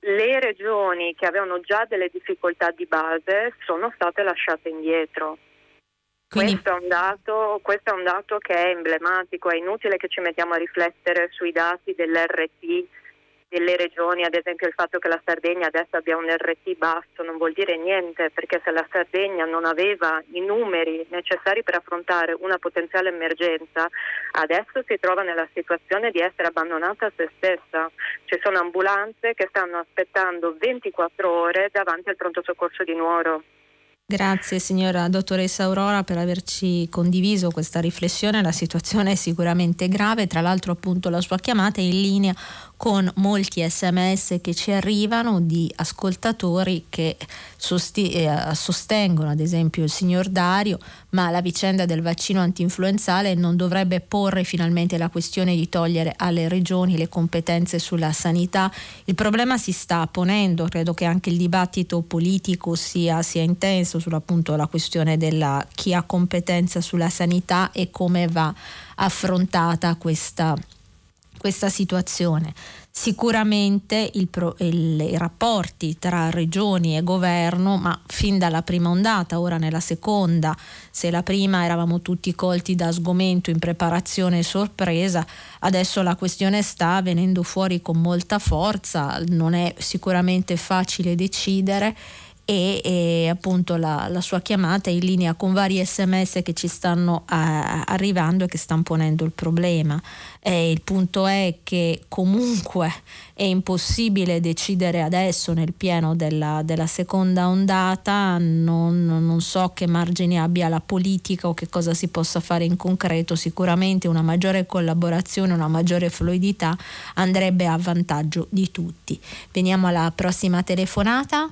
le regioni che avevano già delle difficoltà di base sono state lasciate indietro. Quindi... Questo è un dato, questo è un dato che è emblematico. È inutile che ci mettiamo a riflettere sui dati dell'R T delle regioni, ad esempio il fatto che la Sardegna adesso abbia un R T basso non vuol dire niente, perché se la Sardegna non aveva i numeri necessari per affrontare una potenziale emergenza, adesso si trova nella situazione di essere abbandonata a se stessa. Ci sono ambulanze che stanno aspettando ventiquattro ore davanti al pronto soccorso di Nuoro. Grazie signora dottoressa Aurora per averci condiviso questa riflessione. La situazione è sicuramente grave, tra l'altro appunto la sua chiamata è in linea con molti sms che ci arrivano di ascoltatori che sosti- eh, sostengono ad esempio il signor Dario, ma la vicenda del vaccino antinfluenzale non dovrebbe porre finalmente la questione di togliere alle regioni le competenze sulla sanità. Il problema si sta ponendo, credo che anche il dibattito politico sia, sia intenso sulla appunto la questione della chi ha competenza sulla sanità e come va affrontata questa questa situazione. Sicuramente il pro, il, i rapporti tra regioni e governo, ma fin dalla prima ondata, ora nella seconda, se la prima eravamo tutti colti da sgomento, impreparazione e sorpresa, adesso la questione sta venendo fuori con molta forza, non è sicuramente facile decidere. E, e appunto la, la sua chiamata è in linea con vari sms che ci stanno a, arrivando e che stanno ponendo il problema. E il punto è che comunque è impossibile decidere adesso nel pieno della, della seconda ondata, non, non so che margini abbia la politica o che cosa si possa fare in concreto. Sicuramente una maggiore collaborazione, una maggiore fluidità andrebbe a vantaggio di tutti. Veniamo alla prossima telefonata.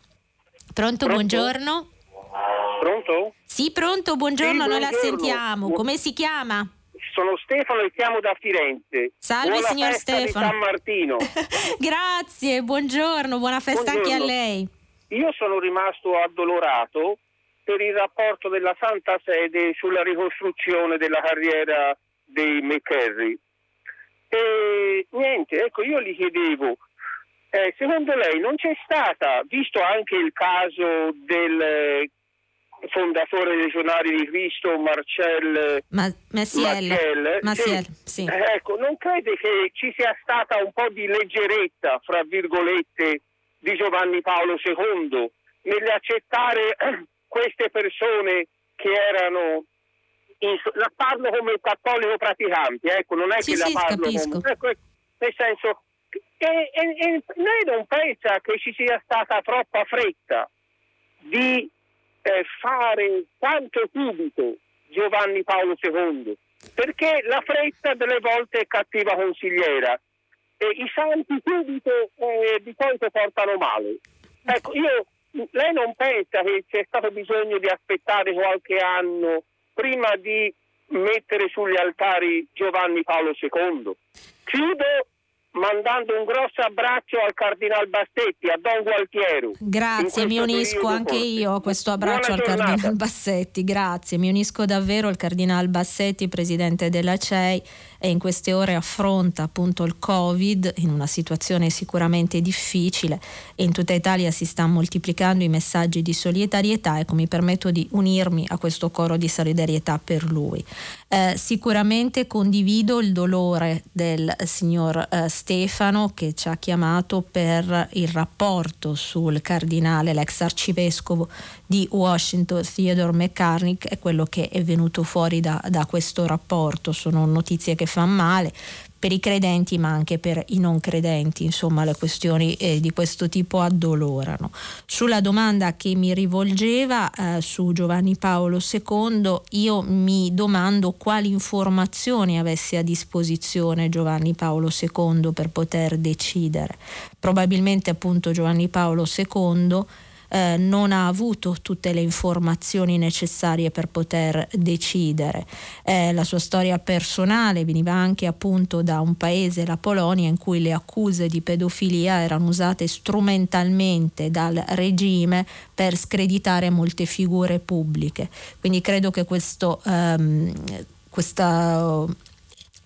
Pronto, pronto? Buongiorno. Pronto? Sì, pronto, buongiorno, sì, noi buongiorno. la sentiamo. Come si chiama? Sono Stefano e chiamo da Firenze. Salve buona signor festa Stefano. di San Martino. Grazie, buongiorno, buona festa buongiorno. Anche a lei. Io sono rimasto addolorato per il rapporto della Santa Sede sulla ricostruzione della carriera dei McCarry. E niente, ecco, io gli chiedevo, Eh, secondo lei non c'è stata, visto anche il caso del fondatore regionale di Cristo, Marcel Ma, Maciel, Maciel, sì, sì. Ecco, non crede che ci sia stata un po' di leggerezza, fra virgolette, di Giovanni Paolo secondo nell'accettare queste persone che erano, in, la parlo come cattolico praticante, ecco, non è sì, che sì, la parlo capisco. come, ecco, nel senso. E, e, e lei non pensa che ci sia stata troppa fretta di eh, fare quanto subito Giovanni Paolo secondo? Perché la fretta delle volte è cattiva consigliera e i santi subito eh, di solito portano male. Ecco, io, lei non pensa che c'è stato bisogno di aspettare qualche anno prima di mettere sugli altari Giovanni Paolo secondo? Chiudo mandando un grosso abbraccio al Cardinal Bassetti, a Don Gualtiero. Grazie, mi unisco anche forse. io a questo abbraccio al Cardinal Bassetti, grazie, mi unisco davvero al Cardinal Bassetti, presidente della C E I, e in queste ore affronta appunto il Covid in una situazione sicuramente difficile e in tutta Italia si stanno moltiplicando i messaggi di solidarietà. Ecco, mi permetto di unirmi a questo coro di solidarietà per lui. Eh, sicuramente condivido il dolore del signor eh, Stefano che ci ha chiamato per il rapporto sul cardinale, l'ex arcivescovo di Washington Theodore McCarrick, e quello che è venuto fuori da, da questo rapporto. Sono notizie che fanno male per i credenti ma anche per i non credenti, insomma le questioni eh, di questo tipo addolorano. Sulla domanda che mi rivolgeva eh, su Giovanni Paolo secondo, io mi domando quali informazioni avesse a disposizione Giovanni Paolo secondo per poter decidere. Probabilmente appunto Giovanni Paolo secondo Eh, non ha avuto tutte le informazioni necessarie per poter decidere. Eh, la sua storia personale veniva anche appunto da un paese, la Polonia, in cui le accuse di pedofilia erano usate strumentalmente dal regime per screditare molte figure pubbliche. Quindi credo che questo ehm, questa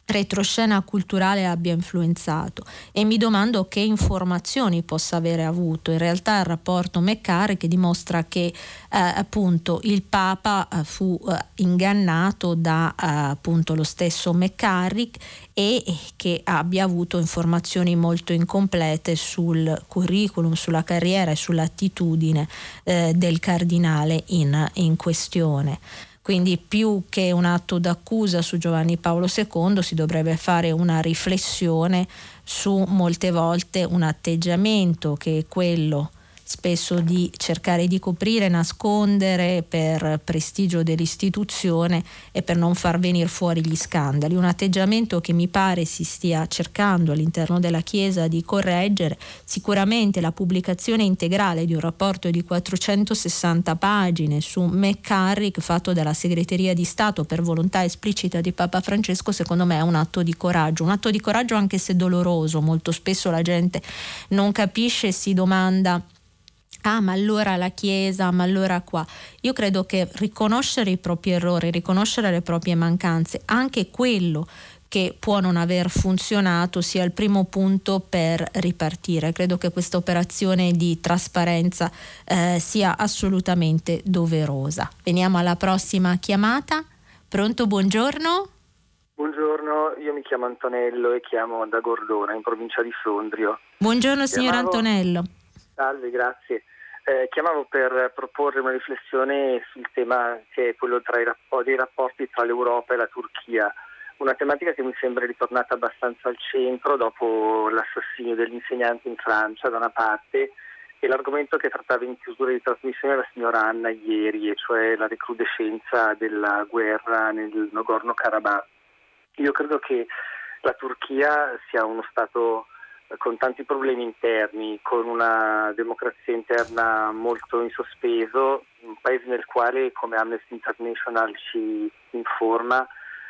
retroscena culturale abbia influenzato, e mi domando che informazioni possa avere avuto. In realtà il rapporto McCarrick dimostra che eh, appunto il Papa eh, fu eh, ingannato da eh, appunto lo stesso McCarrick e che abbia avuto informazioni molto incomplete sul curriculum, sulla carriera e sull'attitudine eh, del cardinale in, in questione. Quindi più che un atto d'accusa su Giovanni Paolo secondo si dovrebbe fare una riflessione su molte volte un atteggiamento che è quello spesso di cercare di coprire, nascondere per prestigio dell'istituzione e per non far venire fuori gli scandali. Un atteggiamento che mi pare si stia cercando all'interno della Chiesa di correggere. Sicuramente la pubblicazione integrale di un rapporto di quattrocentosessanta pagine su McCarrick fatto dalla Segreteria di Stato per volontà esplicita di Papa Francesco, secondo me è un atto di coraggio, un atto di coraggio anche se doloroso. Molto spesso la gente non capisce e si domanda: ah, ma allora la Chiesa, ma allora qua. Io credo che riconoscere i propri errori, riconoscere le proprie mancanze, anche quello che può non aver funzionato, sia il primo punto per ripartire. Credo che questa operazione di trasparenza eh, sia assolutamente doverosa. Veniamo alla prossima chiamata. Pronto, buongiorno. Buongiorno, io mi chiamo Antonello e chiamo da Gordona, in provincia di Sondrio. Buongiorno signor Chiamavo... Antonello. Salve, grazie. Eh, chiamavo per proporre una riflessione sul tema che è quello tra i rapporti, dei rapporti tra l'Europa e la Turchia, una tematica che mi sembra ritornata abbastanza al centro dopo l'assassinio degli insegnanti in Francia da una parte e l'argomento che trattava in chiusura di trasmissione la signora Anna ieri, e cioè la recrudescenza della guerra nel Nagorno-Karabakh. Io credo che la Turchia sia uno Stato con tanti problemi interni, con una democrazia interna molto in sospeso, un paese nel quale, come Amnesty International ci informa,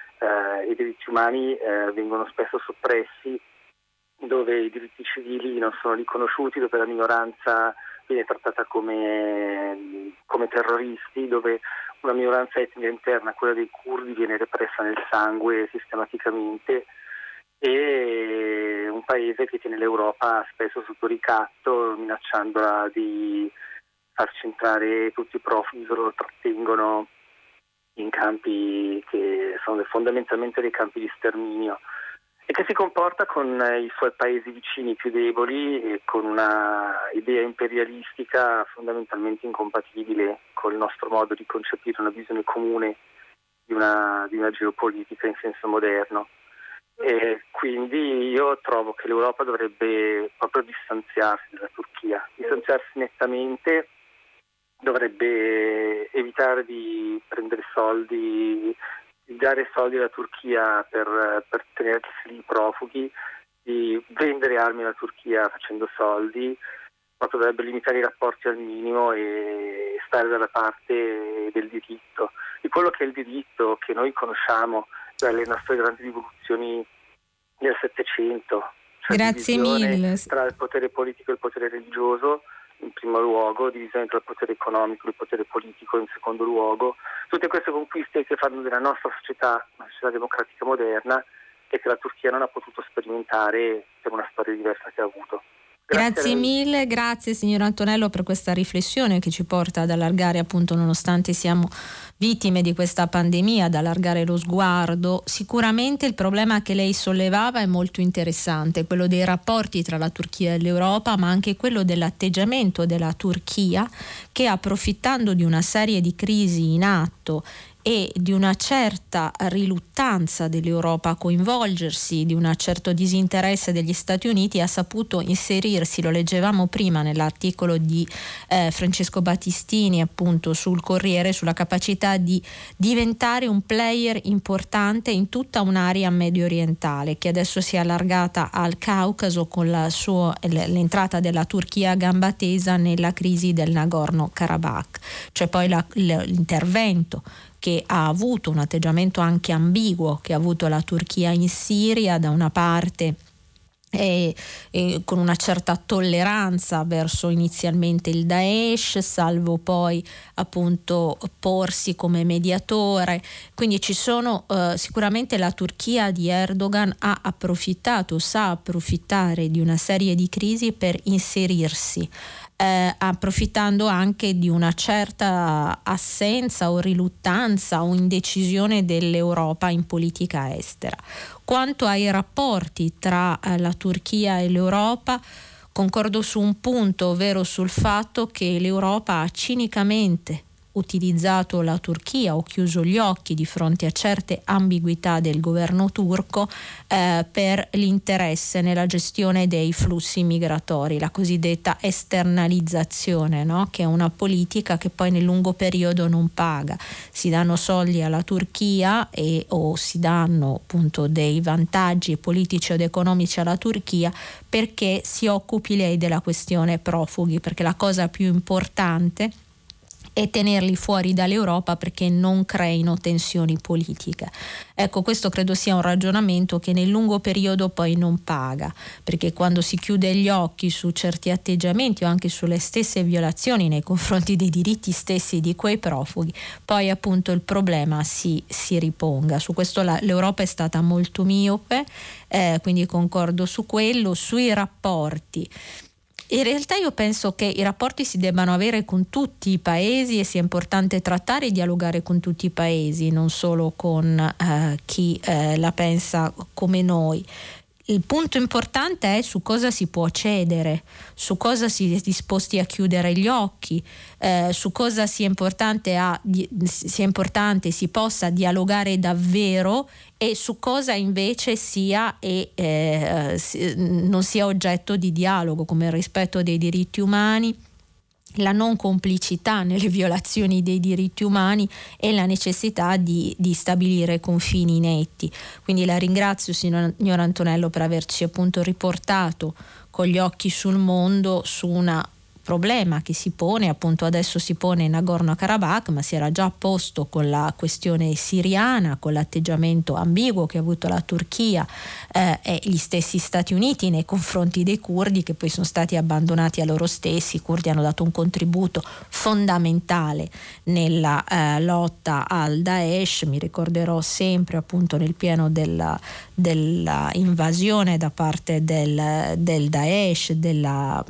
eh, i diritti umani eh, vengono spesso soppressi, dove i diritti civili non sono riconosciuti, dove la minoranza viene trattata come, come terroristi, dove una minoranza etnica interna, quella dei curdi, viene repressa nel sangue sistematicamente, e un paese che tiene l'Europa spesso sotto ricatto, minacciandola di far centrare tutti i profughi che lo trattengono in campi che sono fondamentalmente dei campi di sterminio, e che si comporta con i suoi paesi vicini più deboli e con una idea imperialistica fondamentalmente incompatibile con il nostro modo di concepire una visione comune di una, di una geopolitica in senso moderno. E quindi io trovo che l'Europa dovrebbe proprio distanziarsi dalla Turchia, distanziarsi nettamente, dovrebbe evitare di prendere soldi, di dare soldi alla Turchia per, per tenersi lì i profughi, di vendere armi alla Turchia facendo soldi, ma dovrebbe limitare i rapporti al minimo e stare dalla parte del diritto, di quello che è il diritto che noi conosciamo dalle nostre grandi rivoluzioni del Settecento. Cioè Grazie mille. Tra il potere politico e il potere religioso in primo luogo, divisione tra il potere economico e il potere politico in secondo luogo. Tutte queste conquiste che fanno della nostra società una società democratica moderna e che la Turchia non ha potuto sperimentare per una storia diversa che ha avuto. Grazie, grazie mille, grazie signor Antonello per questa riflessione che ci porta ad allargare, appunto, nonostante siamo vittime di questa pandemia, ad allargare lo sguardo. Sicuramente il problema che lei sollevava è molto interessante, quello dei rapporti tra la Turchia e l'Europa, ma anche quello dell'atteggiamento della Turchia che, approfittando di una serie di crisi in atto e di una certa riluttanza dell'Europa a coinvolgersi, di un certo disinteresse degli Stati Uniti, ha saputo inserirsi, lo leggevamo prima nell'articolo di eh, Francesco Battistini appunto sul Corriere, sulla capacità di diventare un player importante in tutta un'area medio orientale che adesso si è allargata al Caucaso con la sua, l'entrata della Turchia a gamba tesa nella crisi del Nagorno-Karabakh. Cioè poi la, l'intervento che ha avuto un atteggiamento anche ambiguo che ha avuto la Turchia in Siria, da una parte E, e con una certa tolleranza verso inizialmente il Daesh, salvo poi appunto porsi come mediatore. Quindi ci sono eh, sicuramente la Turchia di Erdogan ha approfittato, sa approfittare di una serie di crisi per inserirsi, eh, approfittando anche di una certa assenza o riluttanza o indecisione dell'Europa in politica estera. Quanto ai rapporti tra eh, la Turchia e l'Europa, concordo su un punto, ovvero sul fatto che l'Europa ha cinicamente utilizzato la Turchia o chiuso gli occhi di fronte a certe ambiguità del governo turco eh, per l'interesse nella gestione dei flussi migratori, la cosiddetta esternalizzazione, no? Che è una politica che poi nel lungo periodo non paga. Si danno soldi alla Turchia e, o si danno appunto dei vantaggi politici ed economici alla Turchia perché si occupi lei della questione profughi, perché la cosa più importante e tenerli fuori dall'Europa perché non creino tensioni politiche. Ecco, questo credo sia un ragionamento che nel lungo periodo poi non paga, perché quando si chiude gli occhi su certi atteggiamenti o anche sulle stesse violazioni nei confronti dei diritti stessi di quei profughi, poi appunto il problema si, si riponga. Su questo la, l'Europa è stata molto miope, eh, quindi concordo su quello. Sui rapporti, in realtà io penso che i rapporti si debbano avere con tutti i paesi e sia importante trattare e dialogare con tutti i paesi, non solo con eh, chi eh, la pensa come noi. Il punto importante è su cosa si può cedere, su cosa si è disposti a chiudere gli occhi, eh, su cosa sia importante, a, sia importante si possa dialogare davvero e su cosa invece sia e eh, non sia oggetto di dialogo, come il rispetto dei diritti umani, la non complicità nelle violazioni dei diritti umani e la necessità di, di stabilire confini netti. Quindi la ringrazio, signor Antonello, per averci appunto riportato con gli occhi sul mondo su una problema che si pone, appunto adesso si pone in Nagorno-Karabakh, ma si era già posto con la questione siriana, con l'atteggiamento ambiguo che ha avuto la Turchia eh, e gli stessi Stati Uniti nei confronti dei curdi, che poi sono stati abbandonati a loro stessi. I curdi hanno dato un contributo fondamentale nella eh, lotta al Daesh. Mi ricorderò sempre appunto nel pieno della, della invasione da parte del, del Daesh, della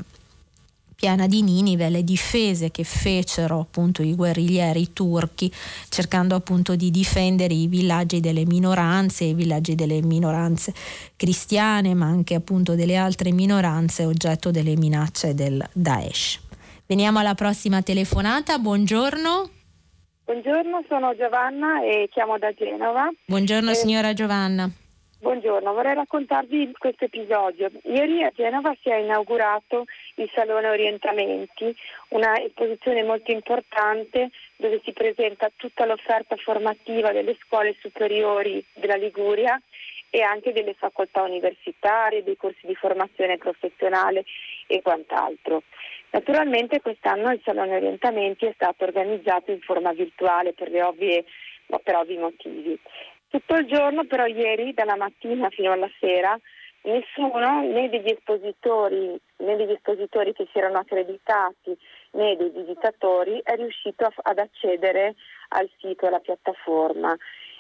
piana di Ninive, le difese che fecero appunto i guerriglieri turchi cercando appunto di difendere i villaggi delle minoranze, i villaggi delle minoranze cristiane, ma anche appunto delle altre minoranze oggetto delle minacce del Daesh. Veniamo alla prossima telefonata. Buongiorno. Buongiorno, sono Giovanna e chiamo da Genova. Buongiorno eh, signora Giovanna. Buongiorno, vorrei raccontarvi questo episodio. Ieri a Genova si è inaugurato il Salone Orientamenti, una esposizione molto importante dove si presenta tutta l'offerta formativa delle scuole superiori della Liguria e anche delle facoltà universitarie, dei corsi di formazione professionale e quant'altro. Naturalmente quest'anno il Salone Orientamenti è stato organizzato in forma virtuale per le ovvie, per ovvi motivi. Tutto il giorno, però ieri, dalla mattina fino alla sera, nessuno, né degli espositori, né degli espositori che si erano accreditati, né dei visitatori, è riuscito a, ad accedere al sito, alla piattaforma,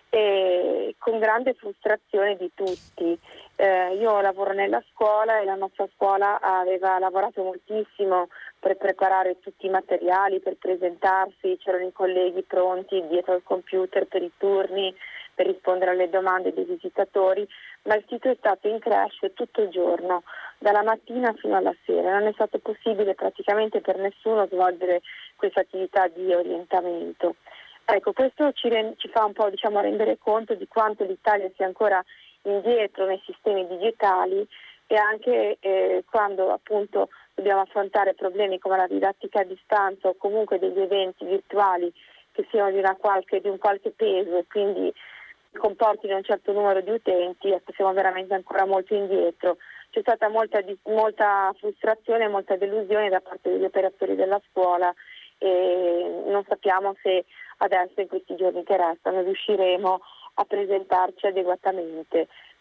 e con grande frustrazione di tutti. Eh, io lavoro nella scuola e la nostra scuola aveva lavorato moltissimo per preparare tutti i materiali, per presentarsi, c'erano i colleghi pronti dietro al computer per i turni, per rispondere alle domande dei visitatori, ma il sito è stato in crash tutto il giorno, dalla mattina fino alla sera. Non è stato possibile praticamente per nessuno svolgere questa attività di orientamento. Ecco, questo ci, rend- ci fa un po' diciamo rendere conto di quanto l'Italia sia ancora indietro nei sistemi digitali e anche eh, quando appunto dobbiamo affrontare problemi come la didattica a distanza o comunque degli eventi virtuali che siano di, una qualche, di un qualche peso e quindi comportino un certo numero di utenti, ecco, siamo veramente ancora molto indietro. C'è stata molta, molta frustrazione e molta delusione da parte degli operatori della scuola e non sappiamo se adesso in questi giorni che restano riusciremo a presentarci adeguatamente.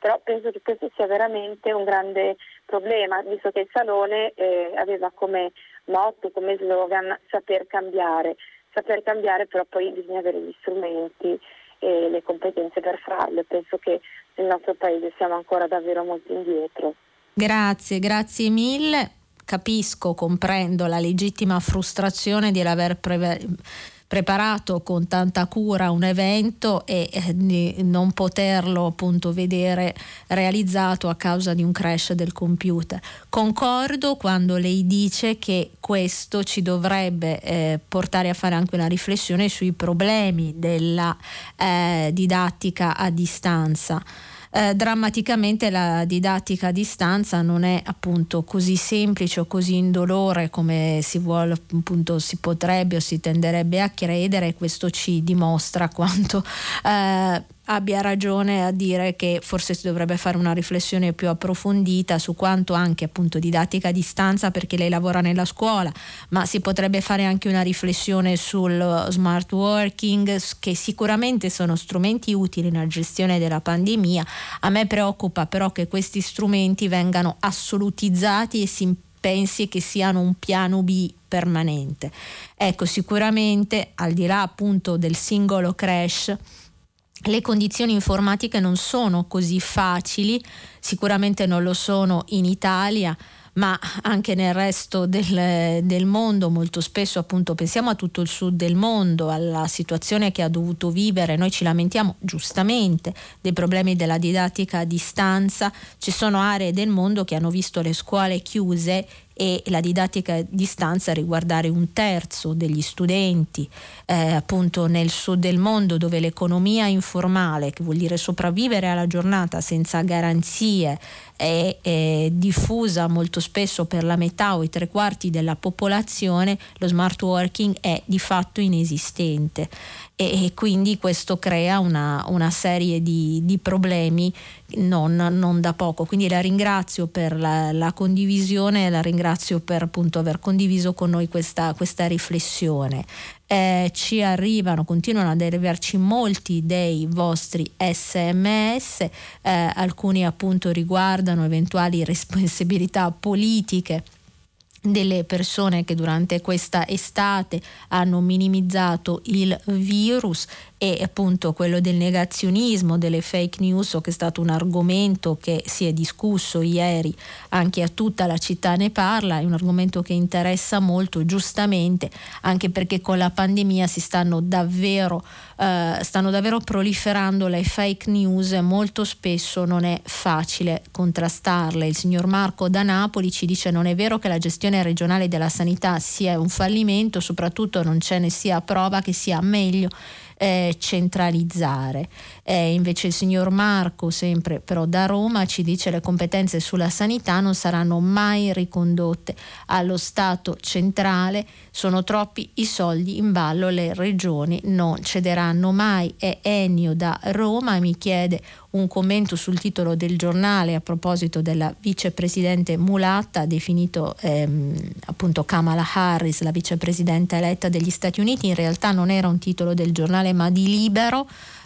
Però penso che questo sia veramente un grande problema, visto che il Salone eh, aveva come motto, come slogan, saper cambiare. Saper cambiare, però poi bisogna avere gli strumenti e le competenze per farlo. Penso che nel nostro paese siamo ancora davvero molto indietro. Grazie, grazie mille. Capisco, comprendo la legittima frustrazione di aver pre- preparato con tanta cura un evento e eh, di non poterlo appunto vedere realizzato a causa di un crash del computer. Concordo quando lei dice che questo ci dovrebbe eh, portare a fare anche una riflessione sui problemi della eh, didattica a distanza. Eh, drammaticamente la didattica a distanza non è appunto così semplice o così indolore come si vuole, appunto si potrebbe o si tenderebbe a credere. Questo ci dimostra quanto eh, abbia ragione a dire che forse si dovrebbe fare una riflessione più approfondita su quanto anche appunto didattica a distanza, perché lei lavora nella scuola, ma si potrebbe fare anche una riflessione sul smart working, che sicuramente sono strumenti utili nella gestione della pandemia. A me preoccupa però che questi strumenti vengano assolutizzati e si pensi che siano un piano B permanente. Ecco, sicuramente al di là appunto del singolo crash, le condizioni informatiche non sono così facili, sicuramente non lo sono in Italia, ma anche nel resto del, del mondo. Molto spesso appunto pensiamo a tutto il sud del mondo, alla situazione che ha dovuto vivere. Noi ci lamentiamo giustamente dei problemi della didattica a distanza. Ci sono aree del mondo che hanno visto le scuole chiuse e la didattica a distanza riguardare un terzo degli studenti, eh, appunto nel sud del mondo, dove l'economia informale, che vuol dire sopravvivere alla giornata senza garanzie, è, è diffusa molto spesso per la metà o i tre quarti della popolazione. Lo smart working è di fatto inesistente e, e quindi questo crea una, una serie di, di problemi non, non da poco. Quindi la ringrazio per la, la condivisione, la ringrazio per appunto aver condiviso con noi questa, questa riflessione. Eh, ci arrivano, continuano ad arrivarci molti dei vostri sms, eh, alcuni appunto riguardano eventuali responsabilità politiche delle persone che durante questa estate hanno minimizzato il virus, e appunto quello del negazionismo, delle fake news, che è stato un argomento che si è discusso ieri anche a Tutta la città ne parla. È un argomento che interessa molto, giustamente, anche perché con la pandemia si stanno davvero eh, stanno davvero proliferando le fake news e molto spesso non è facile contrastarle. Il signor Marco da Napoli ci dice: non è vero che la gestione regionale della sanità sia un fallimento, soprattutto non ce ne sia prova che sia meglio Eh, centralizzare. Eh, invece il signor Marco, sempre però da Roma, ci dice: le competenze sulla sanità non saranno mai ricondotte allo Stato centrale, sono troppi i soldi in ballo, le regioni non cederanno mai. E Ennio da Roma mi chiede un commento sul titolo del giornale a proposito della vicepresidente mulatta, definito ehm, appunto Kamala Harris la vicepresidente eletta degli Stati Uniti. In realtà non era un titolo del giornale ma di Libero.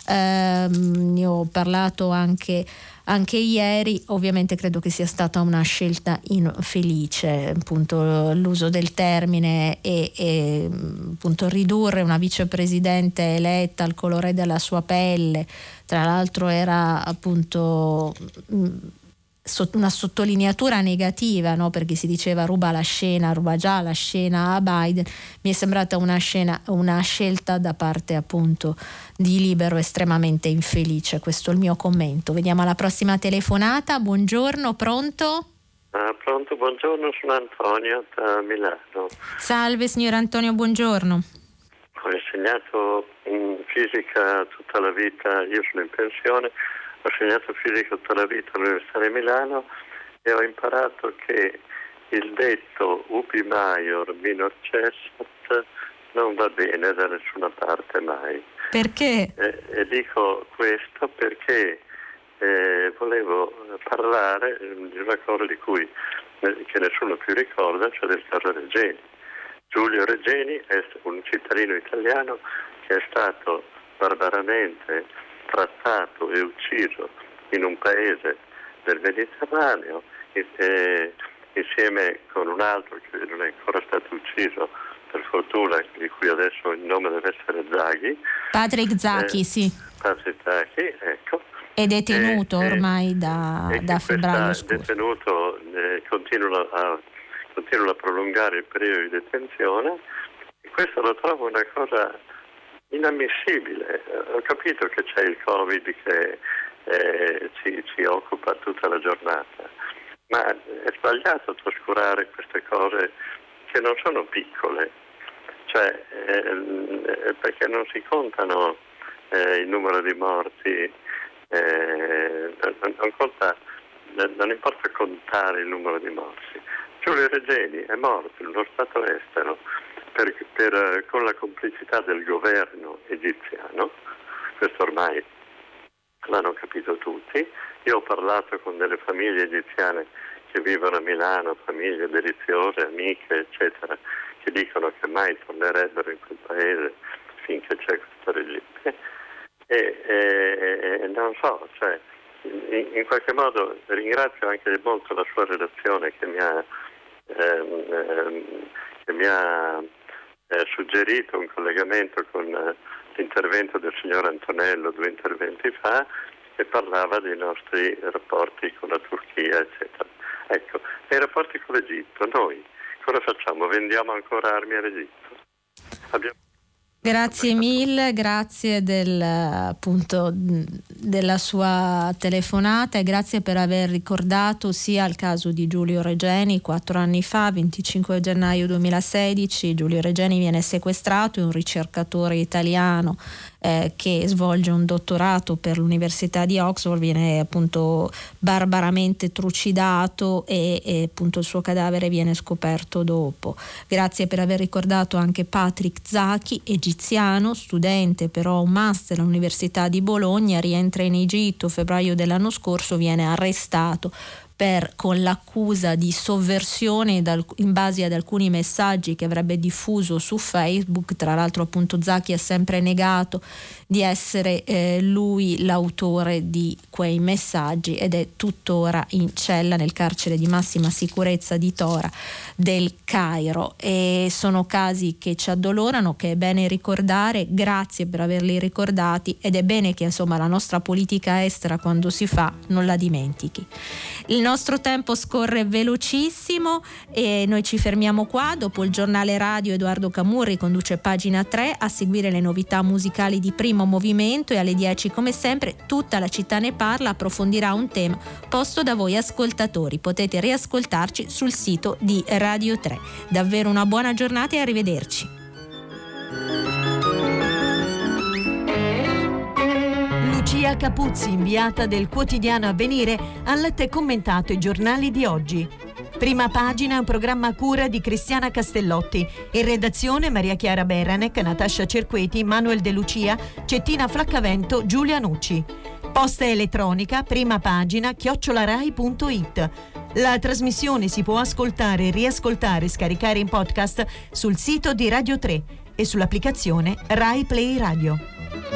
ehm, ne ho parlato anche anche ieri. Ovviamente credo che sia stata una scelta infelice, appunto l'uso del termine e, e appunto ridurre una vicepresidente eletta al colore della sua pelle. Tra l'altro era appunto una sottolineatura negativa, no? Perché si diceva ruba la scena, ruba già la scena a Biden. Mi è sembrata una scena, una scelta da parte appunto di Libero estremamente infelice. Questo è il mio commento. Vediamo alla prossima telefonata. Buongiorno, pronto? Ah, pronto, buongiorno, sono Antonio da Milano. Salve signor Antonio, buongiorno. Ho insegnato in fisica tutta la vita, io sono in pensione. Ho insegnato fisica tutta la vita all'Università di Milano e ho imparato che il detto ubi maior minor cessat non va bene da nessuna parte mai. Perché? E, e dico questo perché eh, volevo parlare di una cosa di cui che nessuno più ricorda, cioè del caso Regeni. Giulio Regeni è un cittadino italiano che è stato barbaramente trattato e ucciso in un paese del Mediterraneo, eh, insieme con un altro che non è ancora stato ucciso, per fortuna, di cui adesso il nome deve essere Zaki. Patrick Zaki, eh, sì. Patrick Zaki, ecco. È detenuto e, ormai da, e da febbraio scorso. Detenuto eh, continua, a, continua a prolungare il periodo di detenzione, e questo lo trovo una cosa inammissibile. Ho capito che c'è il Covid che eh, ci, ci occupa tutta la giornata, ma è sbagliato trascurare queste cose che non sono piccole, cioè eh, perché non si contano eh, il numero di morti, eh, non, non, conta, non importa contare il numero di morti. Giulio Regeni è morto in uno stato estero per, per, con la complicità del governo egiziano, questo ormai l'hanno capito tutti. Io ho parlato con delle famiglie egiziane che vivono a Milano, famiglie deliziose, amiche, eccetera, che dicono che mai tornerebbero in quel paese finché c'è questo regime. E, e, e non so, cioè, in, in qualche modo ringrazio anche molto la sua relazione che mi ha, ehm, ehm, che mi ha eh, suggerito un collegamento con eh, l'intervento del signor Antonello due interventi fa, e parlava dei nostri rapporti con la Turchia, eccetera. Ecco, nei rapporti con l'Egitto, noi cosa facciamo? Vendiamo ancora armi all'Egitto? Abbiamo... Grazie mille, grazie del, appunto, della sua telefonata, e grazie per aver ricordato sia il caso di Giulio Regeni quattro anni fa, venticinque gennaio duemilasedici. Giulio Regeni viene sequestrato, è un ricercatore italiano eh, che svolge un dottorato per l'Università di Oxford, viene appunto barbaramente trucidato e, e appunto il suo cadavere viene scoperto dopo. Grazie per aver ricordato anche Patrick Zaki, egiziano, studente però un master all'Università di Bologna, rientra in Egitto febbraio dell'anno scorso, viene arrestato per, con l'accusa di sovversione in base ad alcuni messaggi che avrebbe diffuso su Facebook. Tra l'altro appunto Zaki ha sempre negato di essere eh, lui l'autore di quei messaggi ed è tuttora in cella nel carcere di massima sicurezza di Tora del Cairo, e sono casi che ci addolorano, che è bene ricordare. Grazie per averli ricordati, ed è bene che insomma la nostra politica estera, quando si fa, non la dimentichi. Il nostro tempo scorre velocissimo e noi ci fermiamo qua. Dopo il giornale radio Edoardo Camurri conduce Pagina tre, a seguire le novità musicali di Primo Movimento, e alle dieci come sempre Tutta la città ne parla approfondirà un tema posto da voi ascoltatori. Potete riascoltarci sul sito di Radio tre. Davvero una buona giornata e arrivederci. Lucia Capuzzi, inviata del quotidiano Avvenire, ha letto e commentato i giornali di oggi. Prima Pagina è un programma a cura di Cristiana Castellotti. In redazione Maria Chiara Beranec, Natascia Cerqueti, Manuel De Lucia, Cettina Flaccavento, Giulia Nucci. Posta elettronica prima pagina chiocciolarai punto it. La trasmissione si può ascoltare, riascoltare e scaricare in podcast sul sito di Radio tre e sull'applicazione Rai Play Radio.